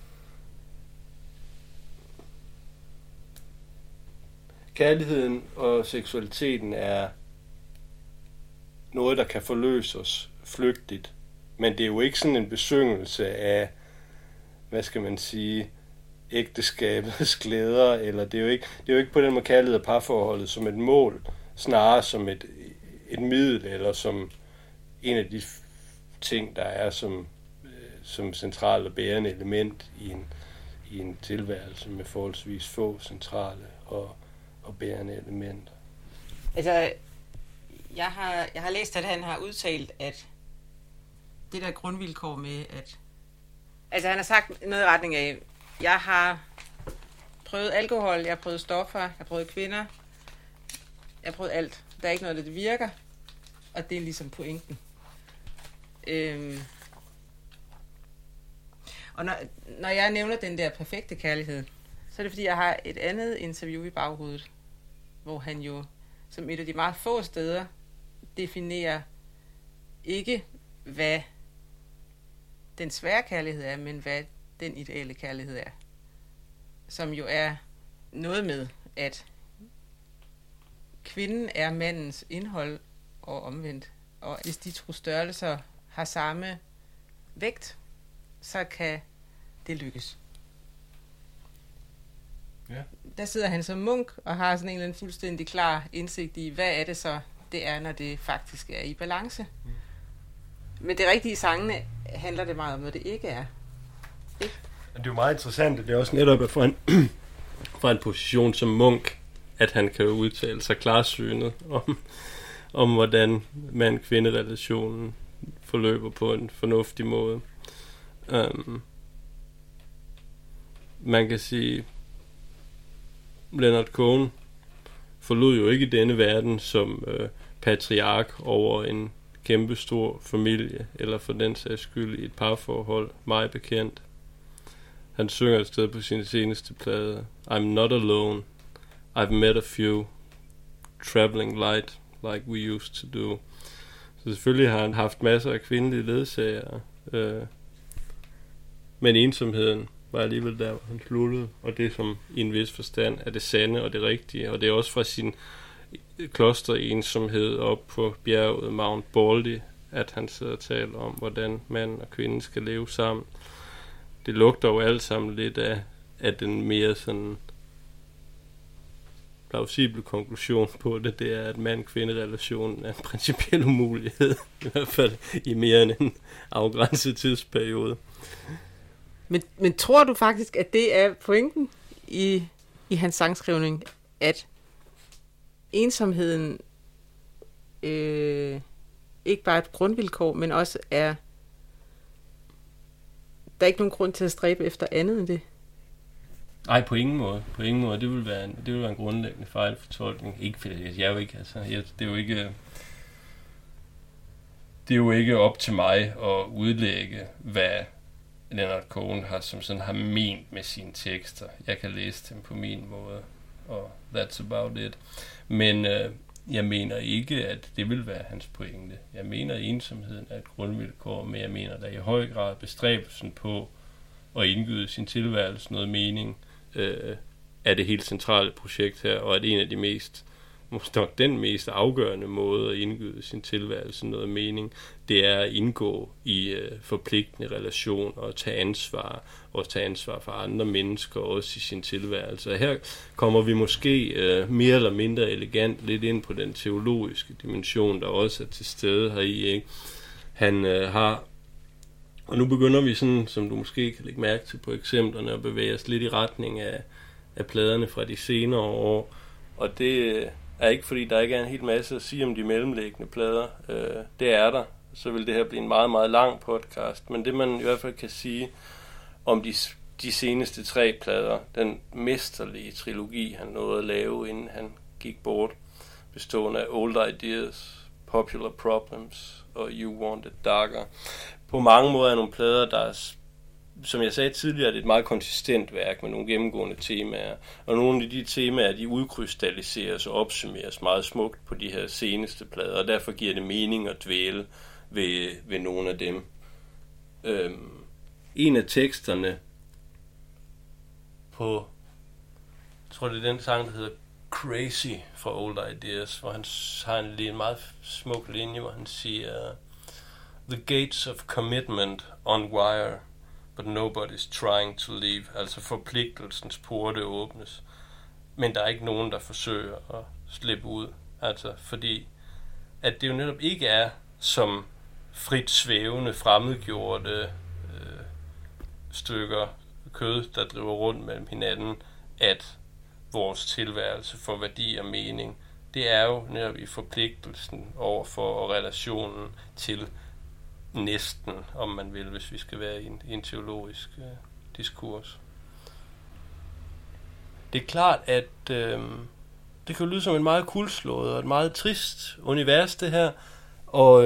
Kærligheden og seksualiteten er noget, der kan forløse os flygtigt. Men det er jo ikke sådan en besyngelse af, hvad skal man sige, ægteskabets glæder, eller det er jo ikke på den måde kærlighed og parforholdet som et mål, snarere som et middel, eller som en af de ting, der er som centralt og bærende element i en tilværelse med forholdsvis få centrale og bærende elementer. Altså, jeg har læst, at han har udtalt, at det der grundvilkår med, at... Altså, han har sagt noget i retning af, jeg har prøvet alkohol, jeg har prøvet stoffer, jeg har prøvet kvinder, jeg har prøvet alt. Der er ikke noget, der virker, og det er ligesom pointen. Og når jeg nævner den der perfekte kærlighed, så er det fordi, jeg har et andet interview i baghovedet, hvor han jo, som et af de meget få steder, definerer ikke, hvad den svære kærlighed er, men hvad den ideelle kærlighed er. Som jo er noget med, at kvinden er mandens indhold og omvendt. Og hvis de to størrelser har samme vægt, så kan det lykkes. Ja. Der sidder han som munk og har sådan en eller anden fuldstændig klar indsigt i, hvad er det så, det er, når det faktisk er i balance. Mm. Men det rigtige i sangene handler det meget om, når det ikke er. Ikke? Det er jo meget interessant, at det er også netop fra en position som munk, at han kan udtale sig klarsynet om hvordan mand-kvinde-relationen forløber på en fornuftig måde. Man kan sige, Leonard Cohen forlod jo ikke denne verden som patriark over en kæmpestor familie, eller for den sags skyld i et parforhold, meget bekendt. Han synger et sted på sin seneste plade, I'm not alone, I've met a few, traveling light like we used to do. Så selvfølgelig har han haft masser af kvindelige ledsagere, men ensomheden var alligevel der, hvor han sluttede, og det som i en vis forstand er det sande og det rigtige, og det er også fra sin klosterensomhed op på bjerget Mount Baldy, at han sidder og taler om, hvordan mand og kvinde skal leve sammen. Det lugter jo alt sammen lidt af den mere sådan plausible konklusion på det, det er, at mand-kvinde-relationen er en principiel umulighed, i hvert fald i mere end en afgrænset tidsperiode. Men tror du faktisk, at det er pointen i hans sangskrivning, at ensomheden ikke bare er et grundvilkår, men også er, der er ikke nogen grund til at stræbe efter andet end det? Nej, på ingen måde. På ingen måde. Det vil være en grundlæggende fejlfortolkning. Ikke fordi jeg er jo ikke, altså, det er jo ikke op til mig at udlægge, hvad Leonard Cohen har ment med sine tekster. Jeg kan læse dem på min måde, og that's about it. Men jeg mener ikke, at det vil være hans pointe. Jeg mener, at ensomheden er et grundvilkår, men jeg mener, at der i høj grad bestræbelsen på at indgyde sin tilværelse noget mening er det helt centrale projekt her, og at en af de måske nok den mest afgørende måde at indgyde sin tilværelse noget mening, det er at indgå i forpligtende relationer og tage ansvar for andre mennesker også i sin tilværelse. Og her kommer vi måske mere eller mindre elegant lidt ind på den teologiske dimension, der også er til stede heri, ikke? Han har, og nu begynder vi sådan, som du måske kan lægge mærke til på eksemplerne, at bevæge os lidt i retning af pladerne fra de senere år, og det er ikke fordi, der ikke er en hel masse at sige om de mellemliggende plader. Det er der. Så vil det her blive en meget, meget lang podcast. Men det man i hvert fald kan sige om de seneste 3 plader, den mesterlige trilogi, han nåede at lave, inden han gik bort, bestående af Old Ideas, Popular Problems og You Want It Darker. På mange måder er nogle plader, der er, som jeg sagde tidligere, det er et meget konsistent værk med nogle gennemgående temaer. Og nogle af de temaer, de udkrystalliseres og opsummeres meget smukt på de her seneste plader, og derfor giver det mening at dvæle ved nogle af dem. En af teksterne på, jeg tror det er den sang, der hedder Crazy fra Old Ideas, hvor han har en meget smuk linje, hvor han siger The gates of commitment on wire, but nobody's trying to leave. Altså forpligtelsens porte åbnes, men der er ikke nogen, der forsøger at slippe ud. Altså fordi, at det jo netop ikke er som frit svævende, fremmedgjorte stykker kød, der driver rundt mellem hinanden, at vores tilværelse får værdi og mening. Det er jo netop i forpligtelsen overfor og relationen til næsten, om man vil, hvis vi skal være i en teologisk diskurs. Det er klart, at det kan lyde som en meget kulslået og et meget trist univers, det her, og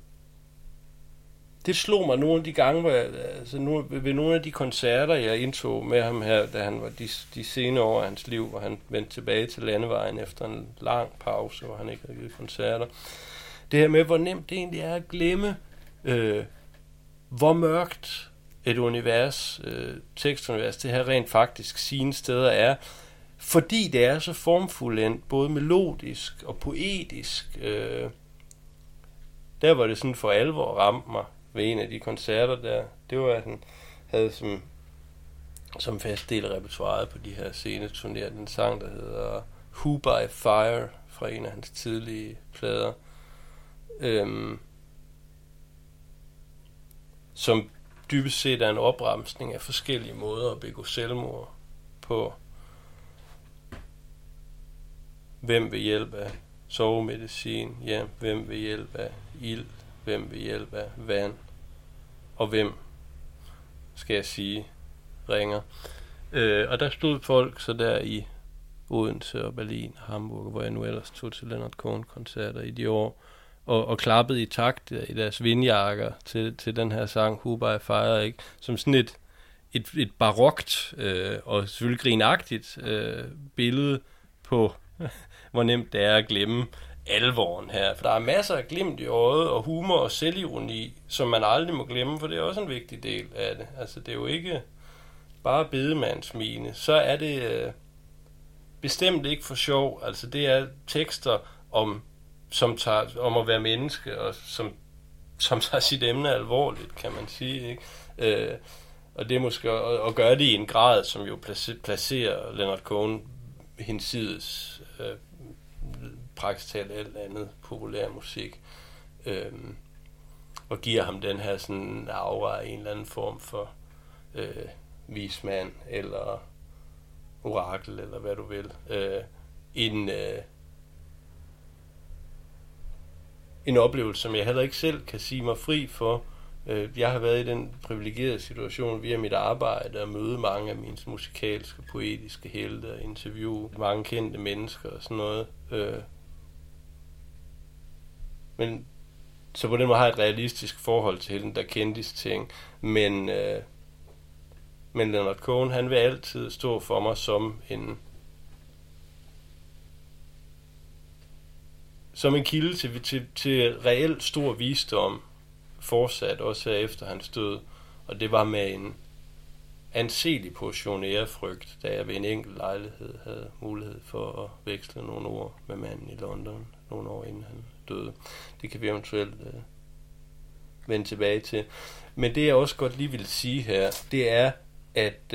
det slog mig nogle af de gange, ved nogle af de koncerter, jeg indtog med ham her, da han var de senere år af hans liv, hvor han vendte tilbage til landevejen efter en lang pause, hvor han ikke havde givet koncerter. Det her med, hvor nemt det egentlig er at glemme, hvor mørkt et univers, tekstunivers, det her rent faktisk sine steder er, fordi det er så formfuldendt, både melodisk og poetisk. Der var det sådan for alvor ramte mig ved en af de koncerter der, det var, at han havde som fast del af repertoiret på de her sceneturnéer, den sang, der hedder Who by Fire, fra en af hans tidlige plader, som dybest set er en opremsning af forskellige måder at begå selvmord på. Hvem ved hjælp af sovemedicin, ja, hvem ved hjælp af ild, hvem ved hjælp af vand, og hvem, skal jeg sige, ringer. Og der stod folk så der i Odense og Berlin og Hamburg, hvor jeg nu ellers tog til Leonard Cohen-koncerter i de år, og klappede i takt i deres vindjakker til den her sang, Who by Fire, ikke? Som sådan et barokt og selvfølgelig grinagtigt billede på, hvor nemt det er at glemme alvoren her. For der er masser af glimt i øjet og humor og selvironi, som man aldrig må glemme, for det er også en vigtig del af det. Altså, det er jo ikke bare bedemandsmine. Så er det bestemt ikke for sjov. Altså, det er tekster om at være menneske, og som tager sit emne alvorligt, kan man sige, ikke? Og det er måske at gøre det i en grad, som jo placerer Leonard Cohen hinsides praktisk talt alt andet populær musik, og giver ham den her sådan aura af en eller anden form for vismand, eller orakel, eller hvad du vil. En oplevelse, som jeg heller ikke selv kan sige mig fri for. Jeg har været i den privilegerede situation via mit arbejde at møde mange af mine musikalske, poetiske helte og interviewe mange kendte mennesker og sådan noget. Men så på den måde har jeg et realistisk forhold til hele den der kendis-ting. Men Leonard Cohen, han vil altid stå for mig som en kilde til reelt stor visdom, fortsat også efter hans død. Og det var med en anselig portion ærefrygt, da jeg ved en enkelt lejlighed havde mulighed for at veksle nogle ord med manden i London, nogle år inden han døde. Det kan vi eventuelt vende tilbage til. Men det jeg også godt lige vil sige her, det er, at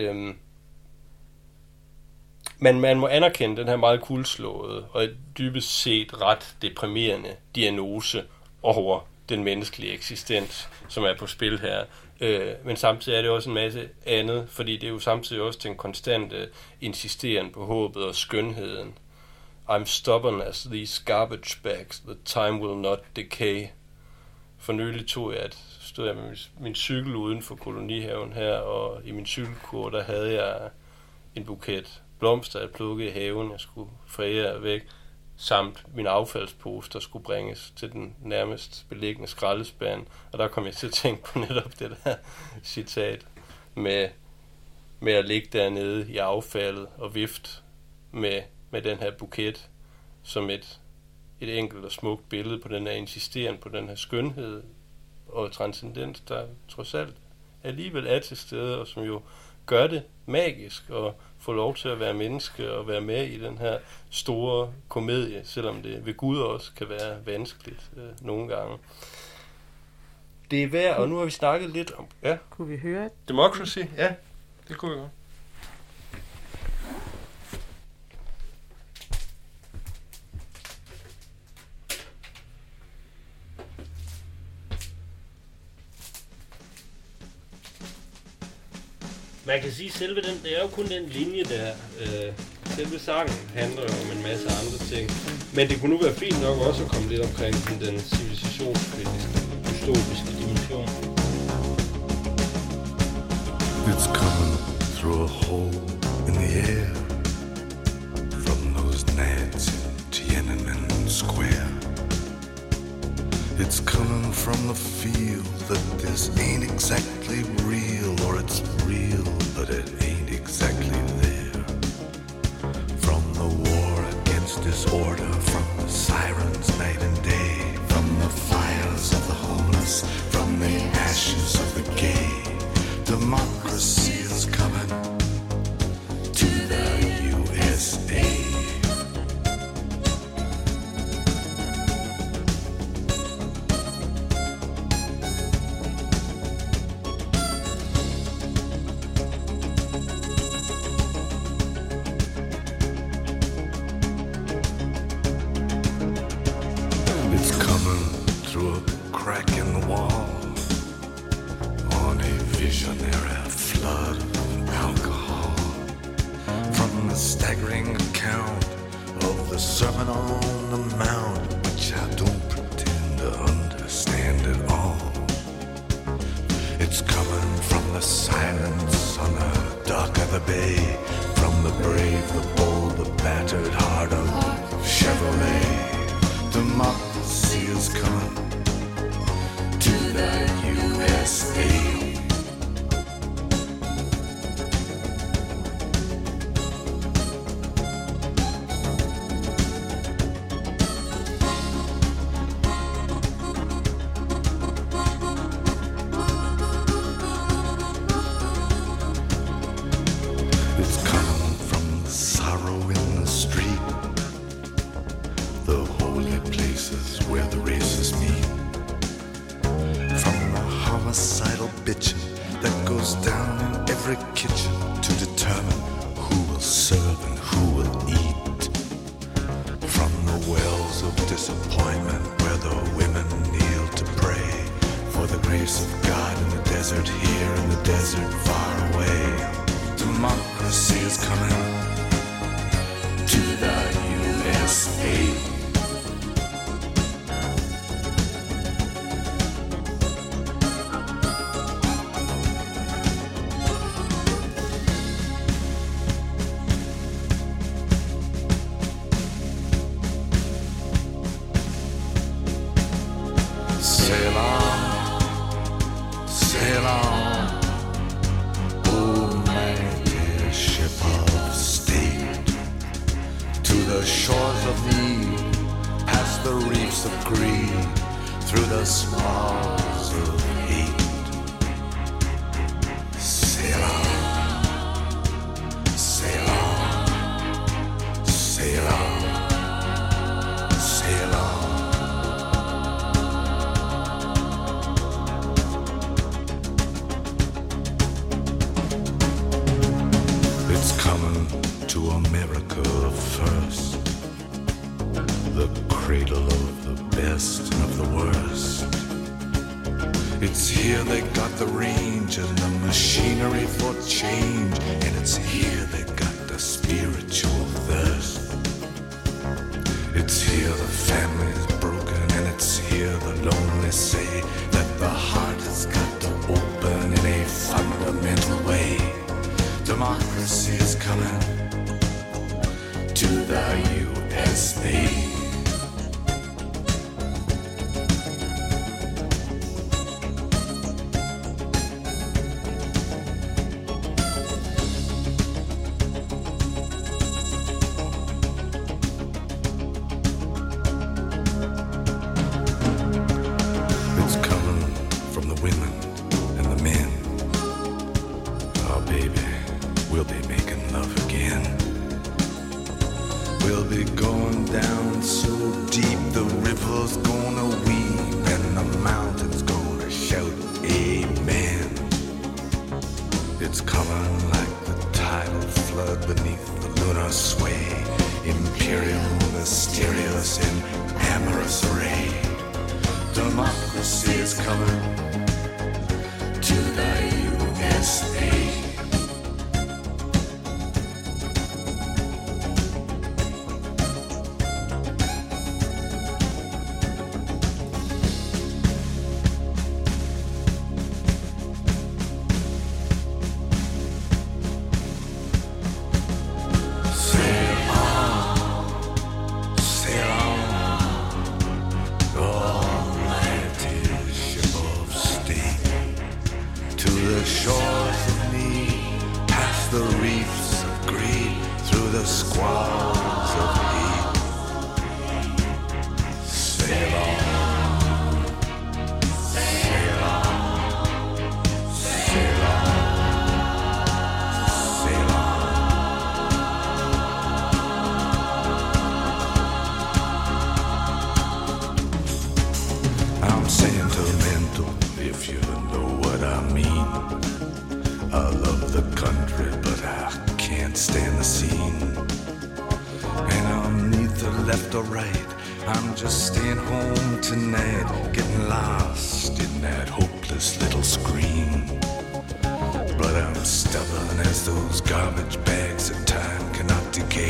man må anerkende den her meget kuldslåede og dybest set ret deprimerende diagnose over den menneskelige eksistens, som er på spil her. Men samtidig er det også en masse andet, fordi det er jo samtidig også den konstante insisteren på håbet og skønheden. I'm stubborn as these garbage bags, the time will not decay. For nylig stod jeg med min cykel uden for kolonihaven her, og i min cykelkur, der havde jeg en buket blomster, jeg plukkede i haven, jeg skulle forære væk, samt min affaldspose, der skulle bringes til den nærmest beliggende skraldespand. Og der kom jeg til at tænke på netop det der citat med at ligge dernede i affaldet og vift med den her buket som et enkelt og smukt billede på den her insisteren, på den her skønhed og transcendens, der trods alt alligevel er til stede, og som jo gør det magisk og få lov til at være menneske og være med i den her store komedie, selvom det ved Gud også kan være vanskeligt nogle gange. Det er værd, og nu har vi snakket lidt om... Ja. Kunne vi høre? Democracy, ja, det kunne vi godt. Man kan sige, selve den, det er jo kun den linje der. Selve sangen handler jo om en masse andre ting. Men det kunne nu være fint nok også at komme lidt omkring den civilisationskritiske, dystopiske dimension. It's coming through a hole in the air from those gnats in Tiananmen Square. It's coming from the feel that this ain't exactly real, or it's real, but it ain't exactly there. From the war against disorder, from the sirens night and day, from the fires of the homeless, from the ashes of the gay, democracy is coming to the USA. understand it all. It's coming from the silence on the dock of the bay, from the brave, the bold, the battered heart of Chevrolet. Democracy is coming to the USA.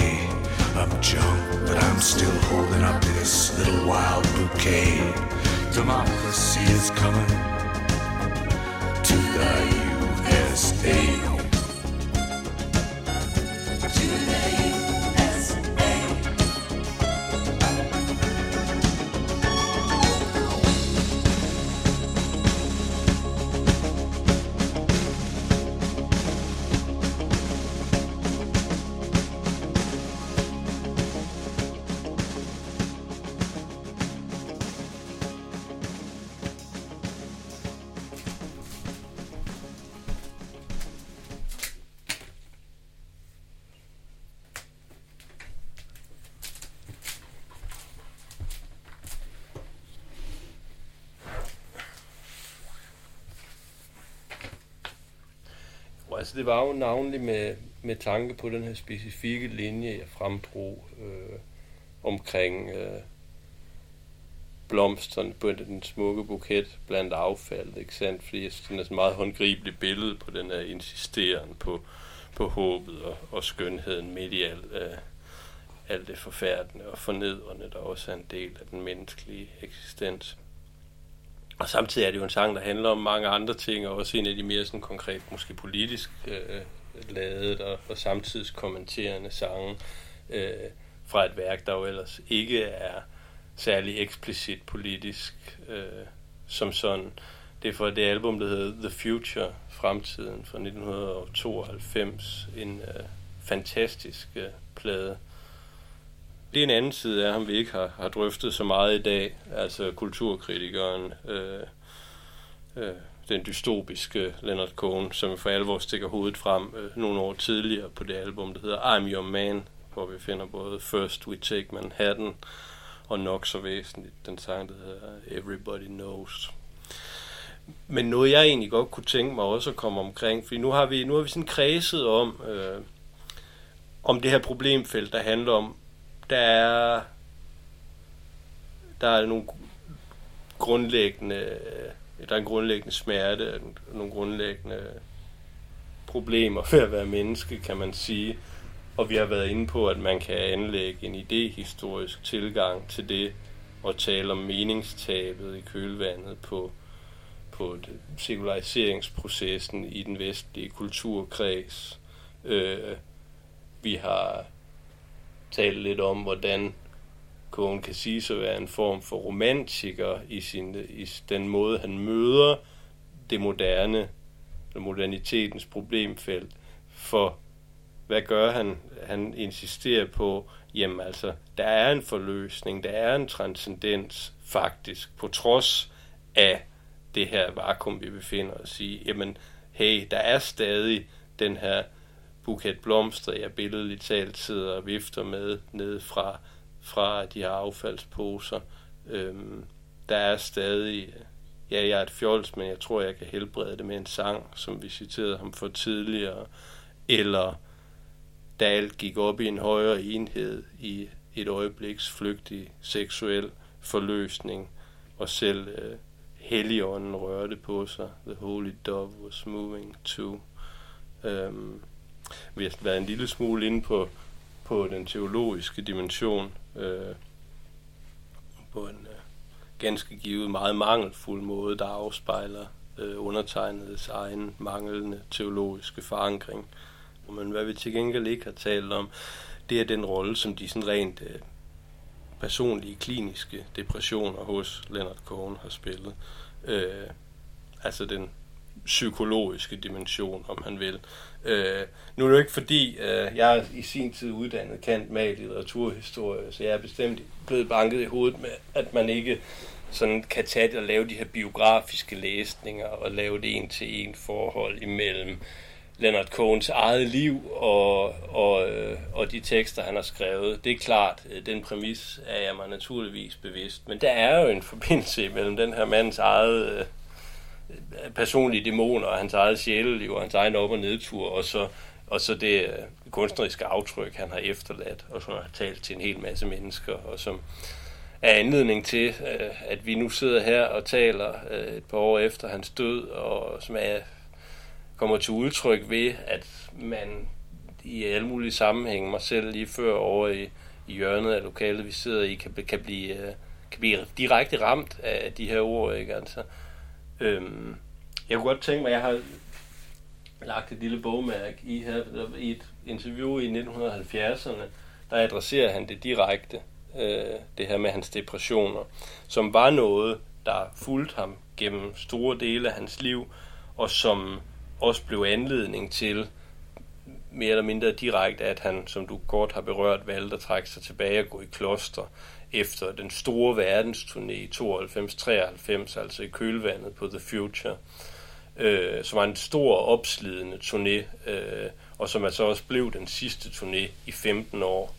I'm still holding up this little wild bouquet. Democracy is coming to the USA. To the USA. Altså det var jo navnlig med tanke på den her specifikke linje, jeg fremdrog omkring blomsterne på den smukke buket blandt affaldet, ikke sandt? Fordi jeg synes, det er et meget håndgribeligt billede på den her insisteren på håbet og skønheden midt i alt det forfærdende og fornedrende, der også er en del af den menneskelige eksistens. Og samtidig er det jo en sang, der handler om mange andre ting, og også en af de mere sådan konkret, måske politisk ladet og samtidig kommenterende sange fra et værk, der jo ellers ikke er særlig eksplicit politisk som sådan. Det er fra det album, der hedder The Future, Fremtiden fra 1992, en fantastisk plade. Det er en anden side af ham, vi ikke har drøftet så meget i dag, altså kulturkritikeren, den dystopiske Leonard Cohen, som for alvor stikker hovedet frem nogle år tidligere på det album, der hedder I'm Your Man, hvor vi finder både First We Take Manhattan og nok så væsentligt den sang, der hedder Everybody Knows. Men noget, jeg egentlig godt kunne tænke mig også at komme omkring, fordi nu har vi sådan kredset om det her problemfelt, der handler om, der er nogle grundlæggende, der er en grundlæggende smerte, nogle grundlæggende problemer ved at være menneske, kan man sige. Og vi har været inde på, at man kan anlægge en idehistorisk tilgang til det, og tale om meningstabet i kølvandet på sekulariseringsprocessen i den vestlige kulturkreds. Vi har talt lidt om, hvordan Cohen kan sige sig at være en form for romantiker i den måde, han møder det moderne, modernitetens problemfelt. For hvad gør han? Han insisterer på, jamen altså, der er en forløsning, der er en transcendens faktisk, på trods af det her vakuum, vi befinder os i. Jamen, hey, der er stadig den her buket blomster, jeg billedligt talt sidder og vifter med ned fra de her affaldsposer. Der er stadig, jeg er et fjols, men jeg tror, jeg kan helbrede det med en sang, som vi citerede ham for tidligere. Eller da alt gik op i en højere enhed i et øjebliks flygtig seksuel forløsning, og selv Helligånden rørte på sig. The Holy Dove was moving too. Vi har været en lille smule inde på den teologiske dimension, på en ganske givet meget mangelfuld måde, der afspejler undertegnedes egen manglende teologiske forankring. Men hvad vi til gengæld ikke har talt om, det er den rolle, som de sådan rent personlige kliniske depressioner hos Leonard Cohen har spillet. Altså den psykologiske dimension, om han vil. Nu er det jo ikke fordi, jeg er i sin tid uddannet cand.mag. i litteraturhistorie, så jeg er bestemt blevet banket i hovedet med, at man ikke sådan kan tage det og lave de her biografiske læsninger og lave det en-til-en forhold imellem Leonard Cohens eget liv og de tekster, han har skrevet. Det er klart, den præmis er jeg mig naturligvis bevidst, men der er jo en forbindelse mellem den her mands eget personlige dæmoner og hans eget sjæleliv og hans egen op- og nedtur, og så det kunstneriske aftryk, han har efterladt, og som har talt til en hel masse mennesker, og som er anledning til, at vi nu sidder her og taler et par år efter hans død, og som kommer til udtryk ved, at man i alle mulige sammenhænge, mig selv lige før over i hjørnet af lokalet, vi sidder i, kan blive kan blive direkte ramt af de her ord, ikke? Altså, jeg kunne godt tænke mig, jeg har lagt et lille bogmærke i her, i et interview i 1970'erne, der adresserer han det direkte, det her med hans depressioner, som var noget, der fulgte ham gennem store dele af hans liv, og som også blev anledning til, mere eller mindre direkte, at han, som du kort har berørt, valgte at trække sig tilbage og gå i kloster efter den store verdensturné i 92-93, altså i kølvandet på The Future, som var en stor opslidende turné, og som altså også blev den sidste turné i 15 år.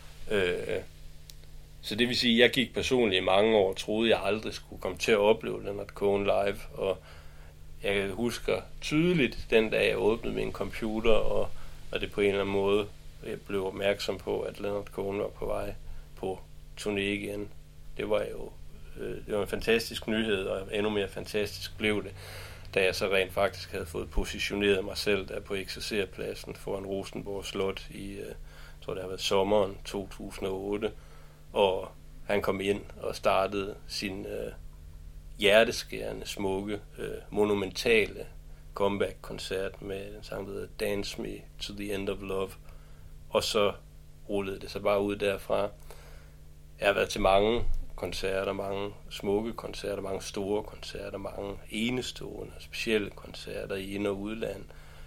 Så det vil sige, at jeg gik personligt i mange år og troede, jeg aldrig skulle komme til at opleve Leonard Cohen live, og jeg husker tydeligt den dag, jeg åbnede min computer, og det på en eller anden måde, jeg blev opmærksom på, at Leonard Cohen var på vej på turné igen. Det var jo det var en fantastisk nyhed, og endnu mere fantastisk blev det, da jeg så rent faktisk havde fået positioneret mig selv der på Eksercerpladsen foran Rosenborg Slot i, jeg tror det har været sommeren 2008, og han kom ind og startede sin hjerteskærende, smukke, monumentale comeback-koncert med en sang, der hedder Dance Me to the End of Love, og så rullede det så bare ud derfra. Jeg har været til mange koncerter, mange smukke koncerter, mange store koncerter, mange enestående, specielle koncerter i ind- og udland.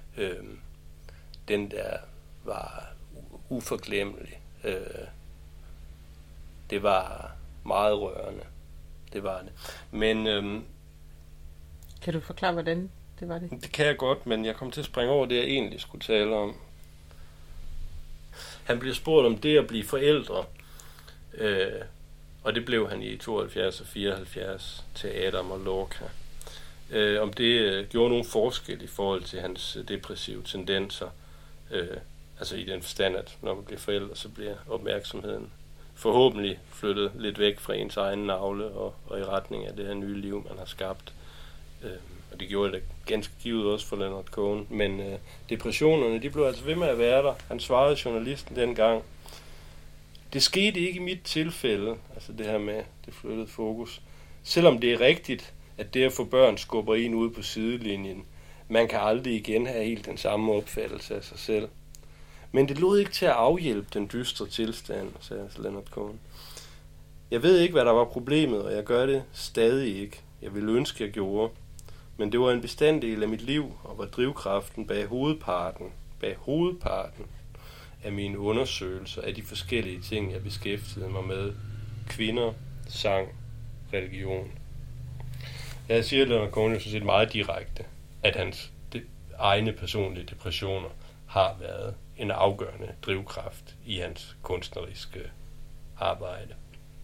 Den der var uforglemmelig. Det var meget rørende. Det var det. Men kan du forklare, hvordan det var det? Det kan jeg godt, men jeg kom til at springe over det, jeg egentlig skulle tale om. Han bliver spurgt om det at blive forældre, og det blev han i 72 og 74 til Adam og Lorca. Om det gjorde nogen forskel i forhold til hans depressive tendenser, altså i den forstand, at når man bliver forældre, så bliver opmærksomheden forhåbentlig flyttet lidt væk fra ens egen navle og i retning af det her nye liv, man har skabt. Og det gjorde det ganske givet også for Leonard Cohen. Men depressionerne, de blev altså ved med at være der. Han svarede journalisten dengang: det skete ikke i mit tilfælde, altså det her med det flyttede fokus. Selvom det er rigtigt, at det at få børn skubber en ud på sidelinjen, man kan aldrig igen have helt den samme opfattelse af sig selv. Men det lod ikke til at afhjælpe den dystre tilstand, sagde Leonard Cohen. Jeg ved ikke, hvad der var problemet, og jeg gør det stadig ikke. Jeg ville ønske, jeg gjorde. Men det var en bestanddel af mit liv, og var drivkraften bag hovedparten af mine undersøgelser af de forskellige ting, jeg beskæftigede mig med. Kvinder, sang, religion. Jeg siger, at Leonard Cohen er sådan set meget direkte, at hans egne personlige depressioner har været en afgørende drivkraft i hans kunstneriske arbejde.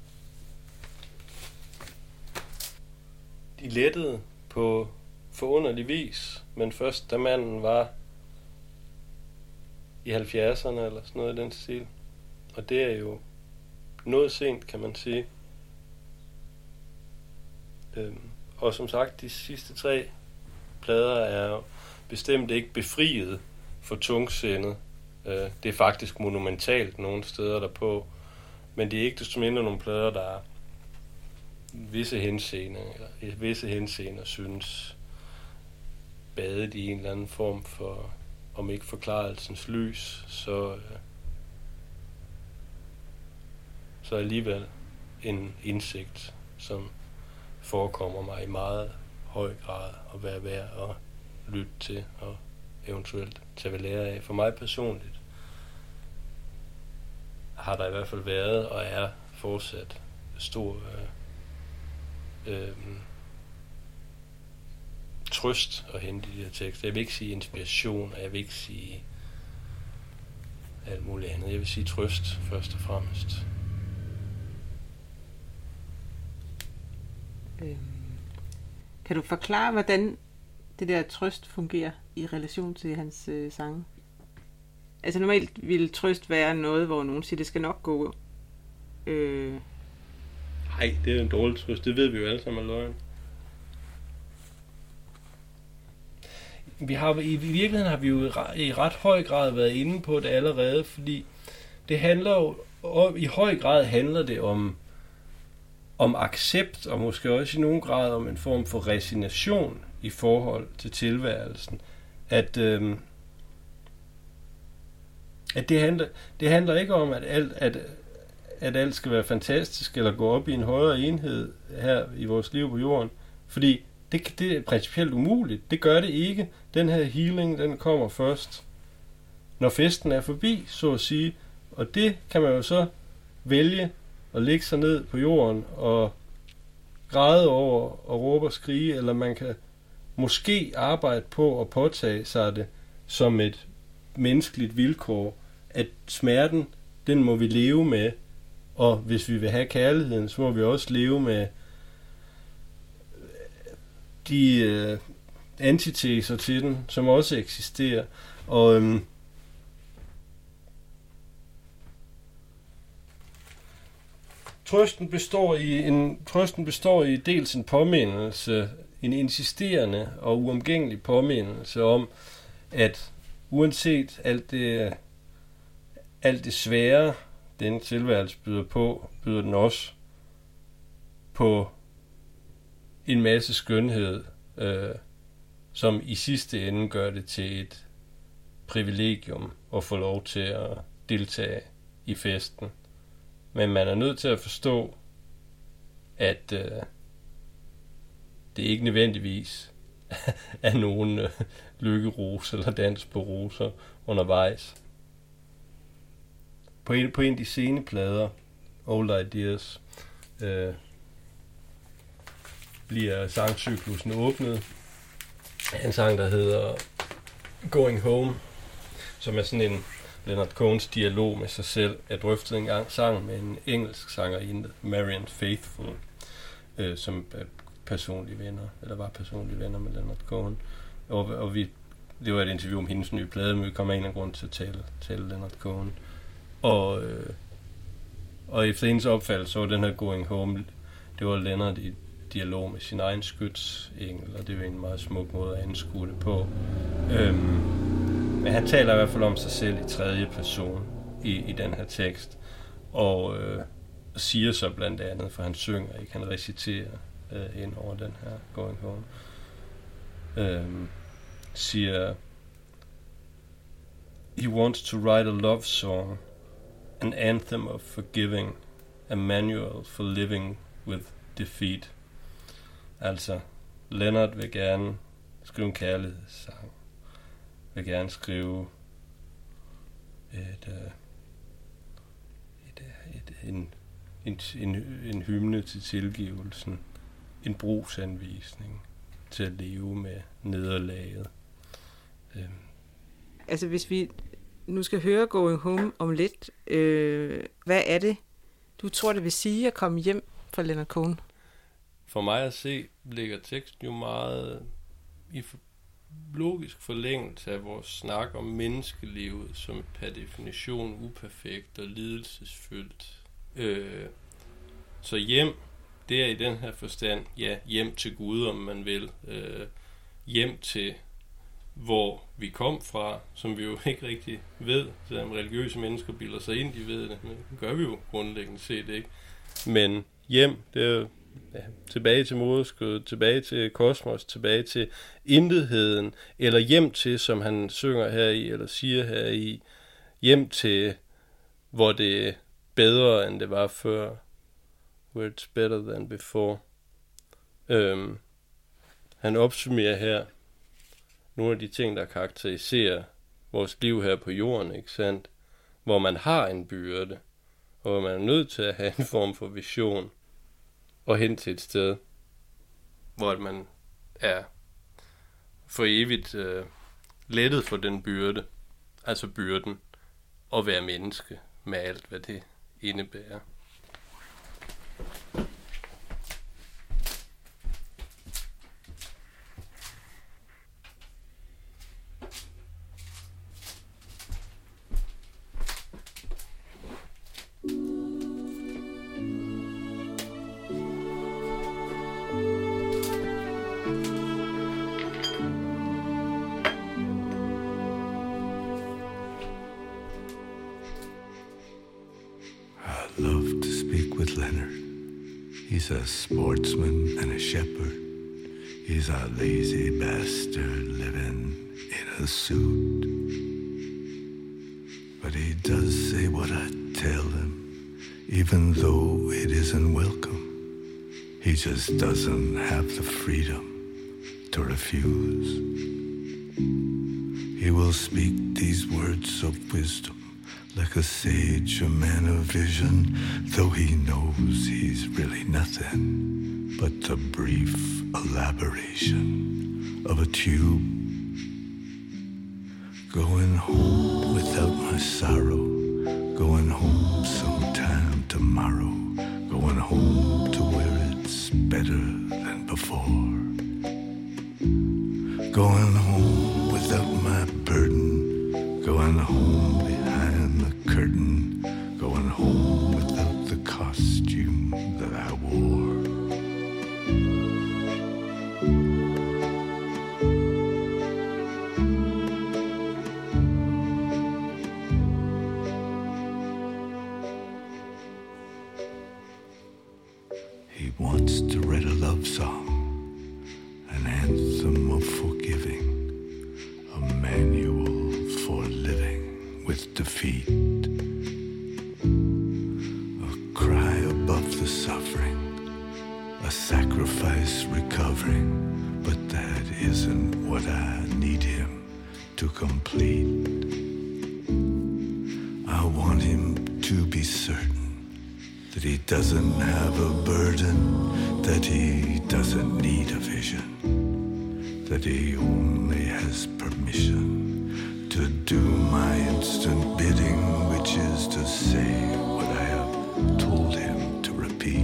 De lettede på forunderlig vis, men først da manden var i 70'erne eller sådan noget i den stil. Og det er jo noget sent, kan man sige. Og som sagt, de sidste 3 plader er bestemt ikke befriet for tungsindet. Det er faktisk monumentalt nogle steder derpå, men det er ikke desto mindre nogle plader, der er visse henseender synes badet i en eller anden form for, om ikke forklarelsens lys, så alligevel en indsigt, som forekommer mig i meget høj grad at være værd at lytte til og eventuelt tage ved lære af. For mig personligt har der i hvert fald været og er fortsat stor trøst at hente i de her tekster. Jeg vil ikke sige inspiration, og jeg vil ikke sige alt muligt andet. Jeg vil sige trøst først og fremmest. Kan du forklare, hvordan det der trøst fungerer i relation til hans sange? Altså normalt ville trøst være noget, hvor nogen siger, det skal nok gå. Nej, det er en dårlig trøst. Det ved vi jo alle sammen er løgn. I virkeligheden har vi jo i ret høj grad været inde på det allerede, fordi det handler jo, i høj grad handler det om om accept, og måske også i nogen grad om en form for resignation i forhold til tilværelsen. At det handler ikke om, at alt skal være fantastisk, eller gå op i en højere enhed her i vores liv på jorden. Fordi det er principielt umuligt. Det gør det ikke. Den her healing, den kommer først, når festen er forbi, så at sige. Og det kan man jo så vælge at lægge sig ned på jorden og græde over og råbe og skrige, eller man kan måske arbejde på at påtage sig det som et menneskeligt vilkår, at smerten, den må vi leve med, og hvis vi vil have kærligheden, så må vi også leve med de antiteser til den, som også eksisterer. Og trøsten består i dels en påmindelse, en insisterende og uomgængelig påmindelse om, at uanset alt det svære, den tilværelse byder på, byder den også på en masse skønhed, som i sidste ende gør det til et privilegium at få lov til at deltage i festen. Men man er nødt til at forstå, at det ikke nødvendigvis er nogen lykkerose eller dans på roser undervejs. På en af de sene plader, Old Ideas, bliver sangcyklusen åbnet. En sang, der hedder Going Home, som er sådan en Leonard Cohens dialog med sig selv. Jeg drøftede engang sang med en engelsk sangerinde, Marianne Faithfull, som er personlige venner, eller var personlige venner med Leonard Cohen. Og det var et interview om hendes nye plade, men vi kom af en grund til at tale Leonard Cohen. Og efter hendes opfattelse var den her Going Home, det var Leonard i dialog med sin egen skytsengel, og det er jo en meget smuk måde at anskue det på. Men han taler i hvert fald om sig selv i tredje person i den her tekst, og siger så blandt andet, for han synger ikke, han reciterer ind over den her Going Home, siger: He wants to write a love song, an anthem of forgiving, a manual for living with defeat. Altså, Leonard vil gerne skrive en kærlighedssang, vil gerne skrive en hymne til tilgivelsen, en brugsanvisning til at leve med nederlaget. Altså, hvis vi nu skal høre Going Home om lidt, hvad er det, du tror, det vil sige at komme hjem fra Leonard Cohen? For mig at se, ligger teksten jo meget i logisk forlængelse af vores snak om menneskelivet, som per definition uperfekt og lidelsesfyldt. Så hjem, det er i den her forstand, ja, hjem til Gud, om man vil. Hjem til, hvor vi kom fra, som vi jo ikke rigtig ved, selvom religiøse mennesker bilder sig ind, de ved det, men det gør vi jo grundlæggende set ikke. Men hjem, det er jo tilbage til moderskødet, tilbage til kosmos, tilbage til intetheden, eller hjem til, som han synger her i, eller siger her i, hjem til, hvor det er bedre, end det var før, where it's better than before. Han opsummerer her nogle af de ting, der karakteriserer vores liv her på jorden, ikke sandt? Hvor man har en byrde, og hvor man er nødt til at have en form for vision, og hen til et sted, hvor man er for evigt lettet for den byrde, altså byrden, at være menneske med alt, hvad det indebærer. Love to speak with Leonard. He's a sportsman and a shepherd. He's a lazy bastard living in a suit. But he does say what I tell him, even though it isn't welcome. He just doesn't have the freedom to refuse. He will speak these words of wisdom like a sage, a man of vision, though he knows he's really nothing but the brief elaboration of a tube. Going home without my sorrow, going home sometime tomorrow, going home to where it's better than before. Going home without my burden, going home behind the curtain, going home without the costume that I wore. He wants to write a love song, an anthem of forgiving, a manual for living with defeat, a cry above the suffering, a sacrifice recovering, but that isn't what I need him to complete. I want him to be certain that he doesn't have a burden, that he doesn't need a vision, that he only has permission to do my instant bidding, which is to say what I have told him to repeat.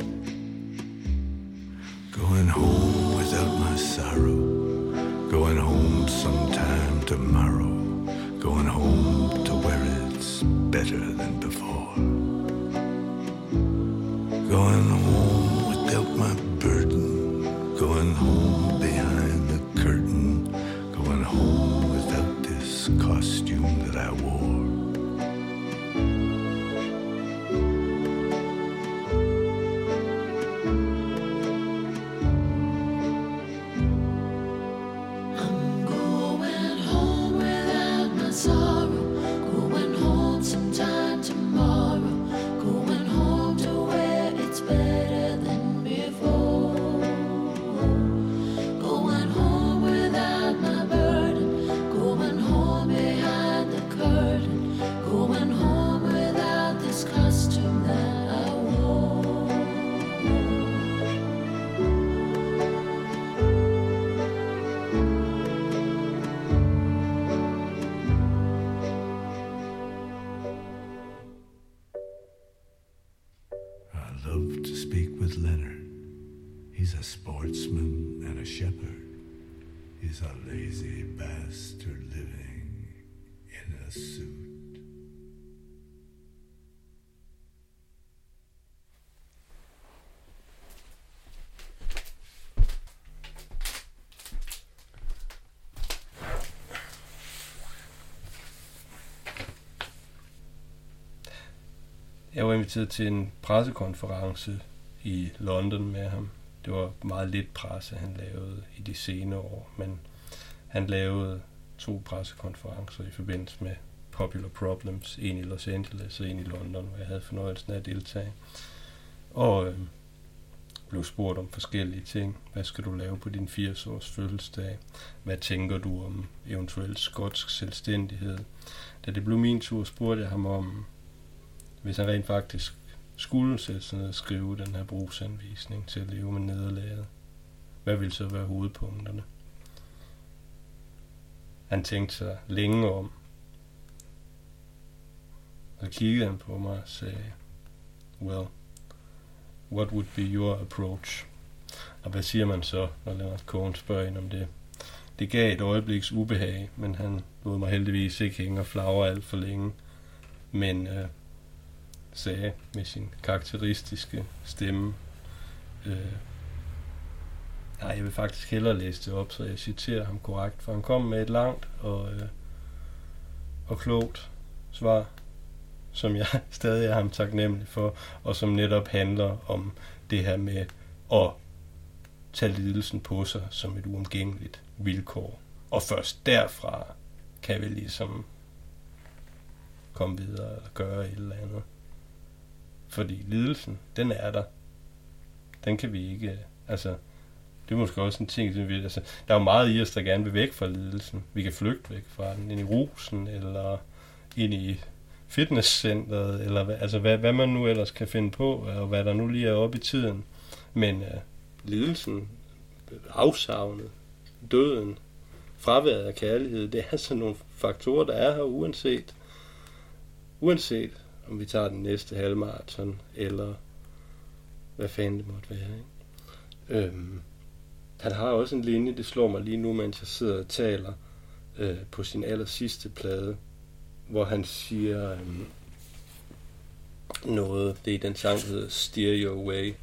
Going home without my sorrow, going home sometime tomorrow, going home to where it's better than before. Going home without my burden, going home behind the curtain, going home without this costume that I wore. I'm going home without my sorrow, going home sometime tomorrow, going home to where it's better than before. Going home without my burden, going home behind the curtain, going home without this costume that I wore. I love to speak with Leonard. He's a sportsman and a shepherd. He's a lazy bastard living in a suit. Jeg var inviteret til en pressekonference i London med ham. Det var meget lidt presse, han lavede i de senere år, men han lavede 2 pressekonferencer i forbindelse med Popular Problems, en i Los Angeles og en i London, hvor jeg havde fornøjelsen af at deltage. Og blev spurgt om forskellige ting. Hvad skal du lave på din 80-års fødselsdag? Hvad tænker du om eventuelt skotsk selvstændighed? Da det blev min tur, spurgte jeg ham om, hvis han rent faktisk skulle sætte sig ned og skrive den her brugsanvisning til at leve med nederlaget, hvad ville så være hovedpunkterne? Han tænkte sig længe om, og kiggede han på mig og sagde, well, what would be your approach? Og hvad siger man så, når Leonard Cohen spørger ind om det? Det gav et øjebliks ubehag, men han lod mig heldigvis ikke hænge og flagre alt for længe, men sagde med sin karakteristiske stemme, jeg vil faktisk hellere læse det op, så jeg citerer ham korrekt, for han kom med et langt og klogt svar. som jeg stadig er ham taknemmelig for, og som netop handler om det her med at tage lidelsen på sig som et uomgængeligt vilkår. Og først derfra kan vi ligesom komme videre eller gøre et eller andet. Fordi lidelsen, den er der. Den kan vi ikke, altså, det er måske også en ting, som vi, altså, der er jo meget i os, der gerne vil væk fra lidelsen. Vi kan flygte væk fra den, ind i rusen, eller ind i fitnesscenteret, eller altså, hvad man nu ellers kan finde på, og hvad der nu lige er oppe i tiden. Men lidelsen, afsavnet, døden, fraværet af kærlighed, det er sådan nogle faktorer, der er her uanset om vi tager den næste halvmarathon, eller hvad fanden det måtte være. Ikke? Han har også en linje, det slår mig lige nu, mens jeg sidder og taler på sin aller sidste plade, hvor han siger noget, det er den sang, der hedder Steer Your Way.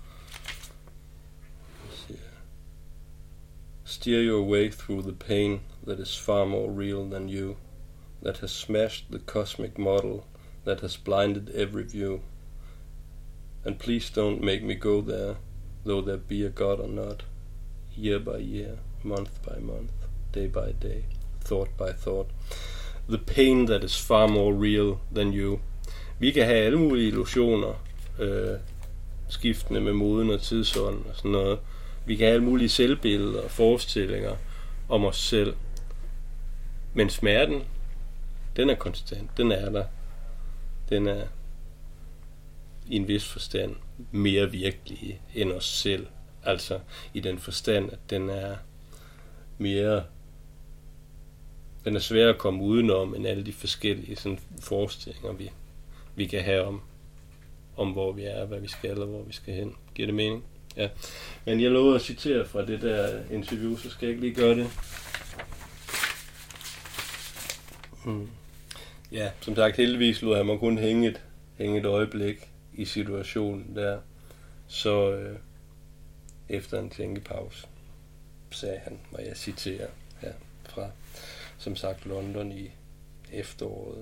Steer your way through the pain that is far more real than you, that has smashed the cosmic model, that has blinded every view. And please don't make me go there, though there be a God or not, year by year, month by month, day by day, thought by thought. The pain that is far more real than you. Vi kan have alle mulige illusioner, skiftende med moden og tidsånden og sådan noget. Vi kan have alle mulige selvbilleder og forestillinger om os selv. Men smerten, den er konstant, den er der. Den er i en vis forstand mere virkelig end os selv. Altså i den forstand, at den er svær at komme udenom end alle de forskellige sådan, forestillinger, vi kan have om hvor vi er, hvad vi skal og hvor vi skal hen. Giver det mening? Ja. Men jeg lover at citere fra det der interview, så skal jeg ikke lige gøre det. Ja, som sagt, heldigvis lod jeg mig kun hænge et øjeblik i situationen der. Så efter en tænkepause sagde han, og jeg citerer her fra, som sagt, London i efteråret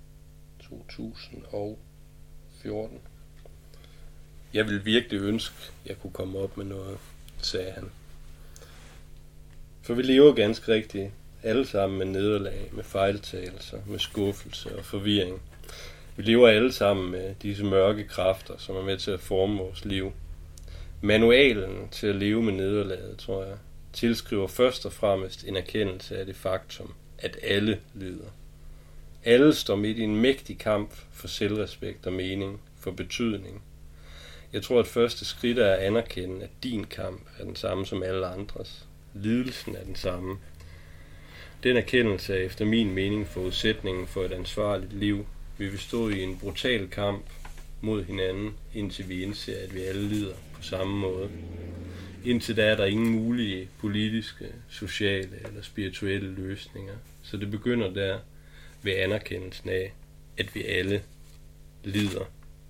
2014. Jeg ville virkelig ønske, jeg kunne komme op med noget, sagde han. For vi lever ganske rigtigt alle sammen med nederlag, med fejltagelser, med skuffelse og forvirring. Vi lever alle sammen med disse mørke kræfter, som er med til at forme vores liv. Manualen til at leve med nederlaget, tror jeg, tilskriver først og fremmest en erkendelse af det faktum, at alle lider. Alle står midt i en mægtig kamp for selvrespekt og mening, for betydning. Jeg tror, at første skridt er at anerkende, at din kamp er den samme som alle andres. Lidelsen er den samme. Den erkendelse er efter min mening forudsætningen for et ansvarligt liv. Vi vil stå i en brutal kamp mod hinanden, indtil vi indser, at vi alle lider på samme måde. Indtil da er der ingen mulige politiske, sociale eller spirituelle løsninger. Så det begynder der ved anerkendelsen af, at vi alle lider.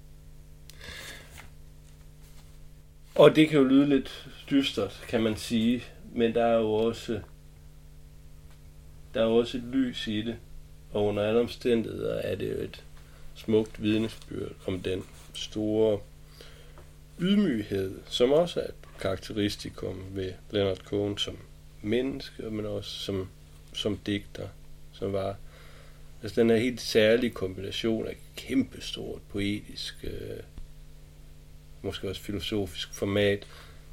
Og det kan jo lyde lidt dystert, kan man sige, men der er jo også et lys i det, og under alle omstændigheder er det jo et smukt vidnesbyrd om den store ydmyghed, som også er et karakteristikum ved Leonard Cohen som menneske, men også som digter, som var altså den her helt særlige kombination af kæmpestort poetisk, måske også filosofisk format,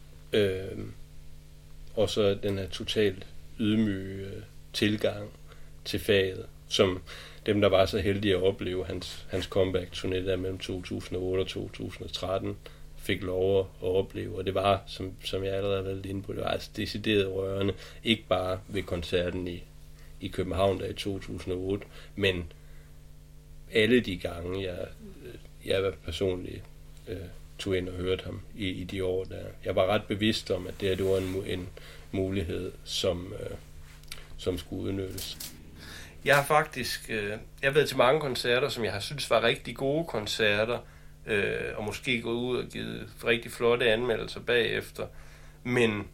og så den her totalt ydmyge tilgang til faget, som dem, der var så heldige at opleve hans comeback-turné der mellem 2008 og 2013, fik lov at opleve, og det var, som jeg allerede har været inde på, det var altså decideret rørende, ikke bare ved koncerten i København der i 2008, men alle de gange, jeg personligt tog ind og hørte ham i de år der. Jeg var ret bevidst om, at det var en mulighed, som skulle udnyttes. Jeg har faktisk jeg har været til mange koncerter, som jeg har synes var rigtig gode koncerter, og måske gået ud og givet rigtig flotte anmeldelser bagefter, men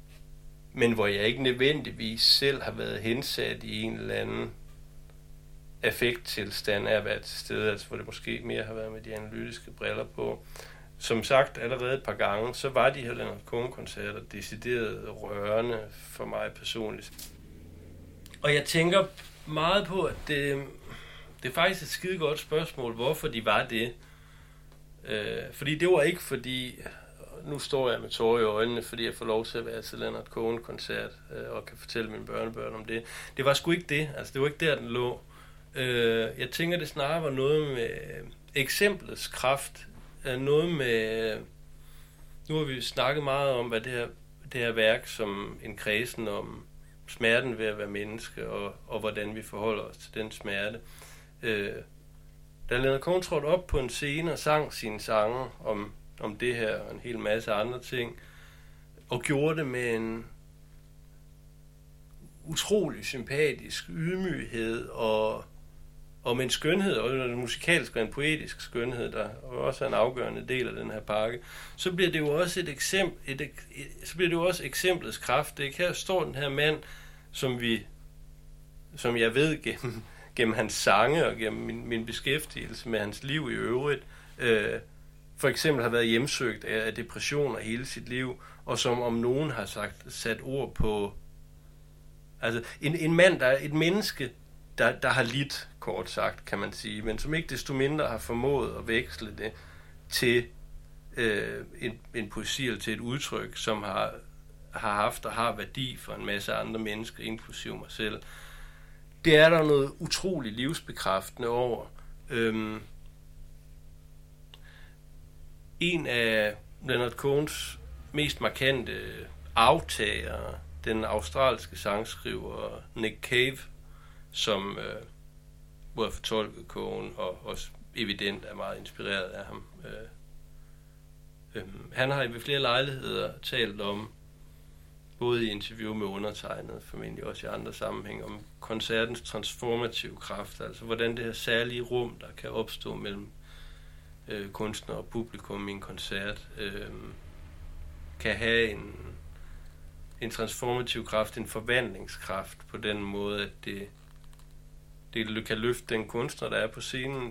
hvor jeg ikke nødvendigvis selv har været hensat i en eller anden affekttilstand af at være til stede, altså hvor det måske mere har været med de analytiske briller på. Som sagt allerede et par gange, så var de her Leonard Cohen-koncerter decideret rørende for mig personligt. Og jeg tænker meget på, at det er faktisk et skide godt spørgsmål, hvorfor de var det. Fordi det var ikke fordi, nu står jeg med tårer i øjnene, fordi jeg får lov til at være til Leonard Cohen-koncert og kan fortælle mine børnebørn om det. Det var sgu ikke det, altså det var ikke der, den lå. Jeg tænker, det snarere var noget med eksemplets kraft, noget med, nu har vi snakket meget om, hvad det her værk som en kredsen om smerten ved at være menneske, og hvordan vi forholder os til den smerte. Da Leonard Cohen trådte op på en scene og sang sine sange om det her og en hel masse andre ting, og gjorde det med en utrolig sympatisk ydmyghed og med en skønhed, og en musikalsk og en poetisk skønhed, der også er en afgørende del af den her pakke, så bliver det jo også så bliver det jo også eksemplets kraft. Ikke? Her står den her mand, som jeg ved gennem hans sange og gennem min beskæftigelse med hans liv i øvrigt, for eksempel har været hjemsøgt af depressioner hele sit liv, og som om nogen har sat ord på, altså en mand, der er et menneske, der har lidt, kort sagt, kan man sige, men som ikke desto mindre har formået at veksle det til en poesi eller til et udtryk, som har haft og har værdi for en masse andre mennesker, inklusive mig selv. Det er der noget utroligt livsbekræftende over. En af Leonard Cohens mest markante aftagere, den australske sangskriver Nick Cave, som både har fortolket Cohen og også evident er meget inspireret af ham. Han har ved flere lejligheder talt om, både i interview med undertegnet, formentlig også i andre sammenhæng, om koncertens transformative kraft, altså hvordan det her særlige rum, der kan opstå mellem kunstner og publikum i en koncert, kan have en transformativ kraft, en forvandlingskraft på den måde, at det kan løfte den kunstner, der er på scenen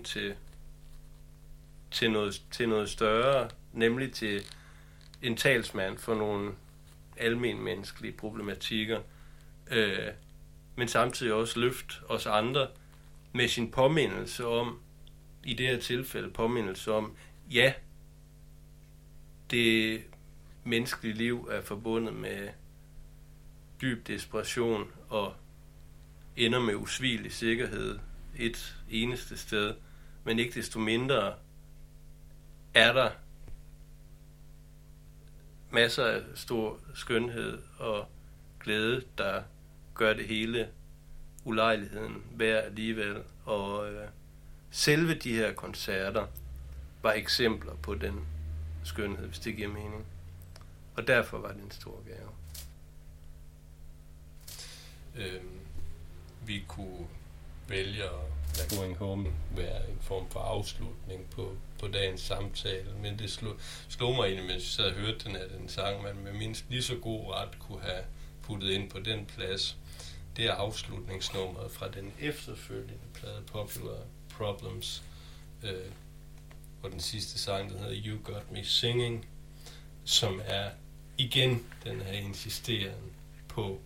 til noget større, nemlig til en talsmand for nogle almenmenneskelige problematikker, men samtidig også løfte os andre med sin påmindelse om, i det her tilfælde påmindelse om, ja, det menneskelige liv er forbundet med dyb desperation og ender med usvigelig sikkerhed et eneste sted, men ikke desto mindre er der masser af stor skønhed og glæde, der gør det hele ulejligheden værd alligevel. Og selve de her koncerter var eksempler på den skønhed, hvis det giver mening. Og derfor var det en stor gave. Vi kunne vælge at lade Going Home være en form for afslutning på dagens samtale, men det slog mig egentlig, mens jeg sad og hørte den sang, man med mindst lige så god ret kunne have puttet ind på den plads. Det er afslutningsnummeret fra den efterfølgende plade Popular Problems, og den sidste sang, der hedder You Got Me Singing, som er igen den her insisteren på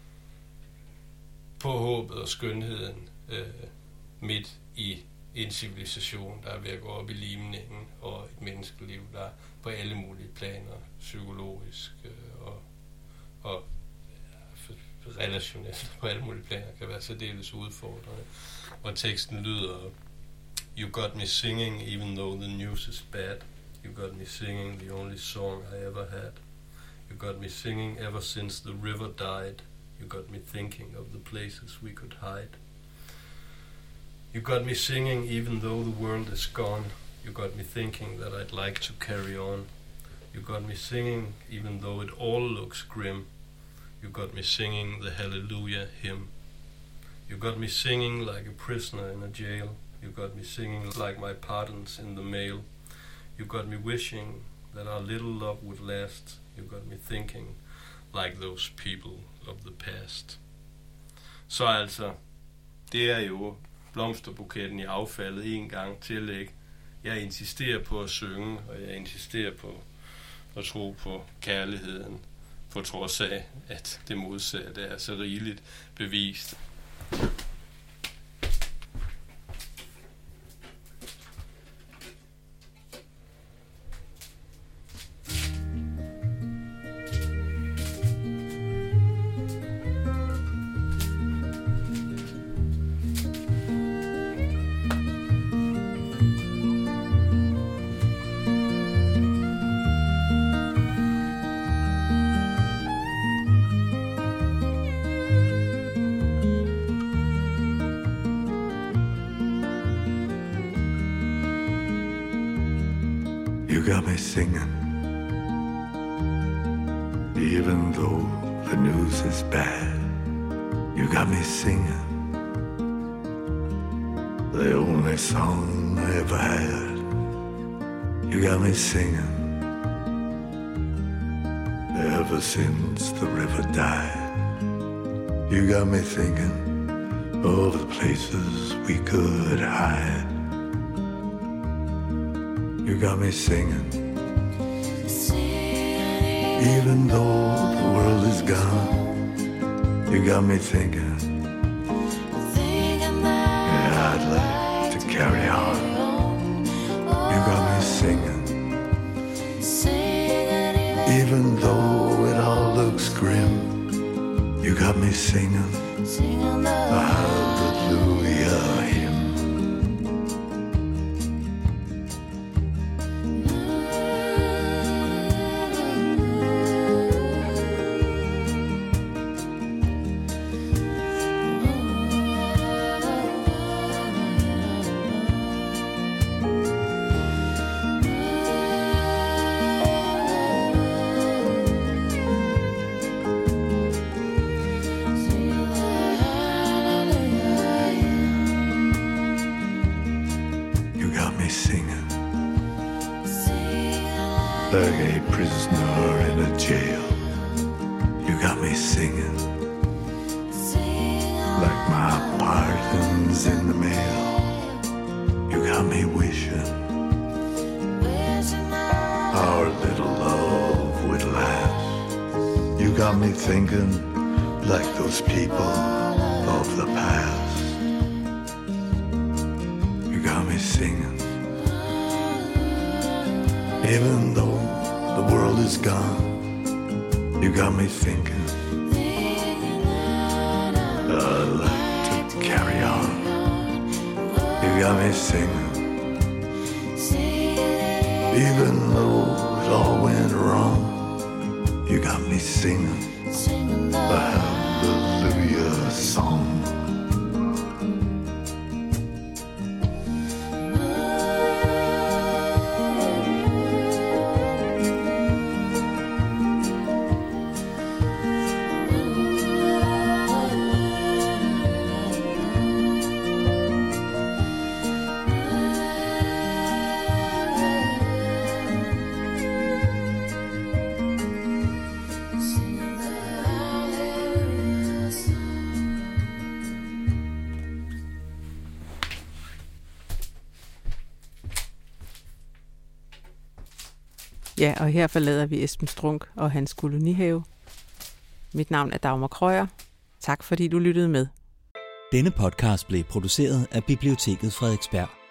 håbet og skønheden midt i en civilisation, der er ved at gå op i limningen, og et menneskeliv, der på alle mulige planer, psykologisk og relationelt på alle mulige planer, kan være særdeles udfordrende. Og teksten lyder: You got me singing even though the news is bad. You got me singing the only song I ever had. You got me singing ever since the river died. You got me thinking of the places we could hide. You got me singing even though the world is gone. You got me thinking that I'd like to carry on. You got me singing even though it all looks grim. You got me singing the Hallelujah hymn. You got me singing like a prisoner in a jail. You got me singing like my pardons in the mail. You got me wishing that our little love would last. You got me thinking like those people of the past. Så altså, det er jo blomsterbuketten i affaldet en gang til, ikke? Jeg insisterer på at synge, og jeg insisterer på at tro på kærligheden, på trods af, at det modsatte er så rigeligt bevist. You got me singing, even though the news is bad. You got me singing, the only song I ever had. You got me singing, ever since the river died. You got me thinking of the places we could hide. You got me singing, even though the world is gone. You got me thinking, yeah, I'd like to carry on. You got me singing, even though it all looks grim. You got me singing a hallelujah hymn. Like a prisoner in a jail. You got me singing, like my pardon's in the mail. You got me wishing our little love would last. You got me thinking like those people of the past. You got me singing, even though the world is gone. You got me thinking, I'd like to carry on. You got me singing, even though it all went wrong. You got me singing a hallelujah song. Ja, og her forlader vi Esben Strunk og hans kolonihave. Mit navn er Dagmar Krøyer. Tak fordi du lyttede med. Denne podcast blev produceret af Biblioteket Frederiksberg.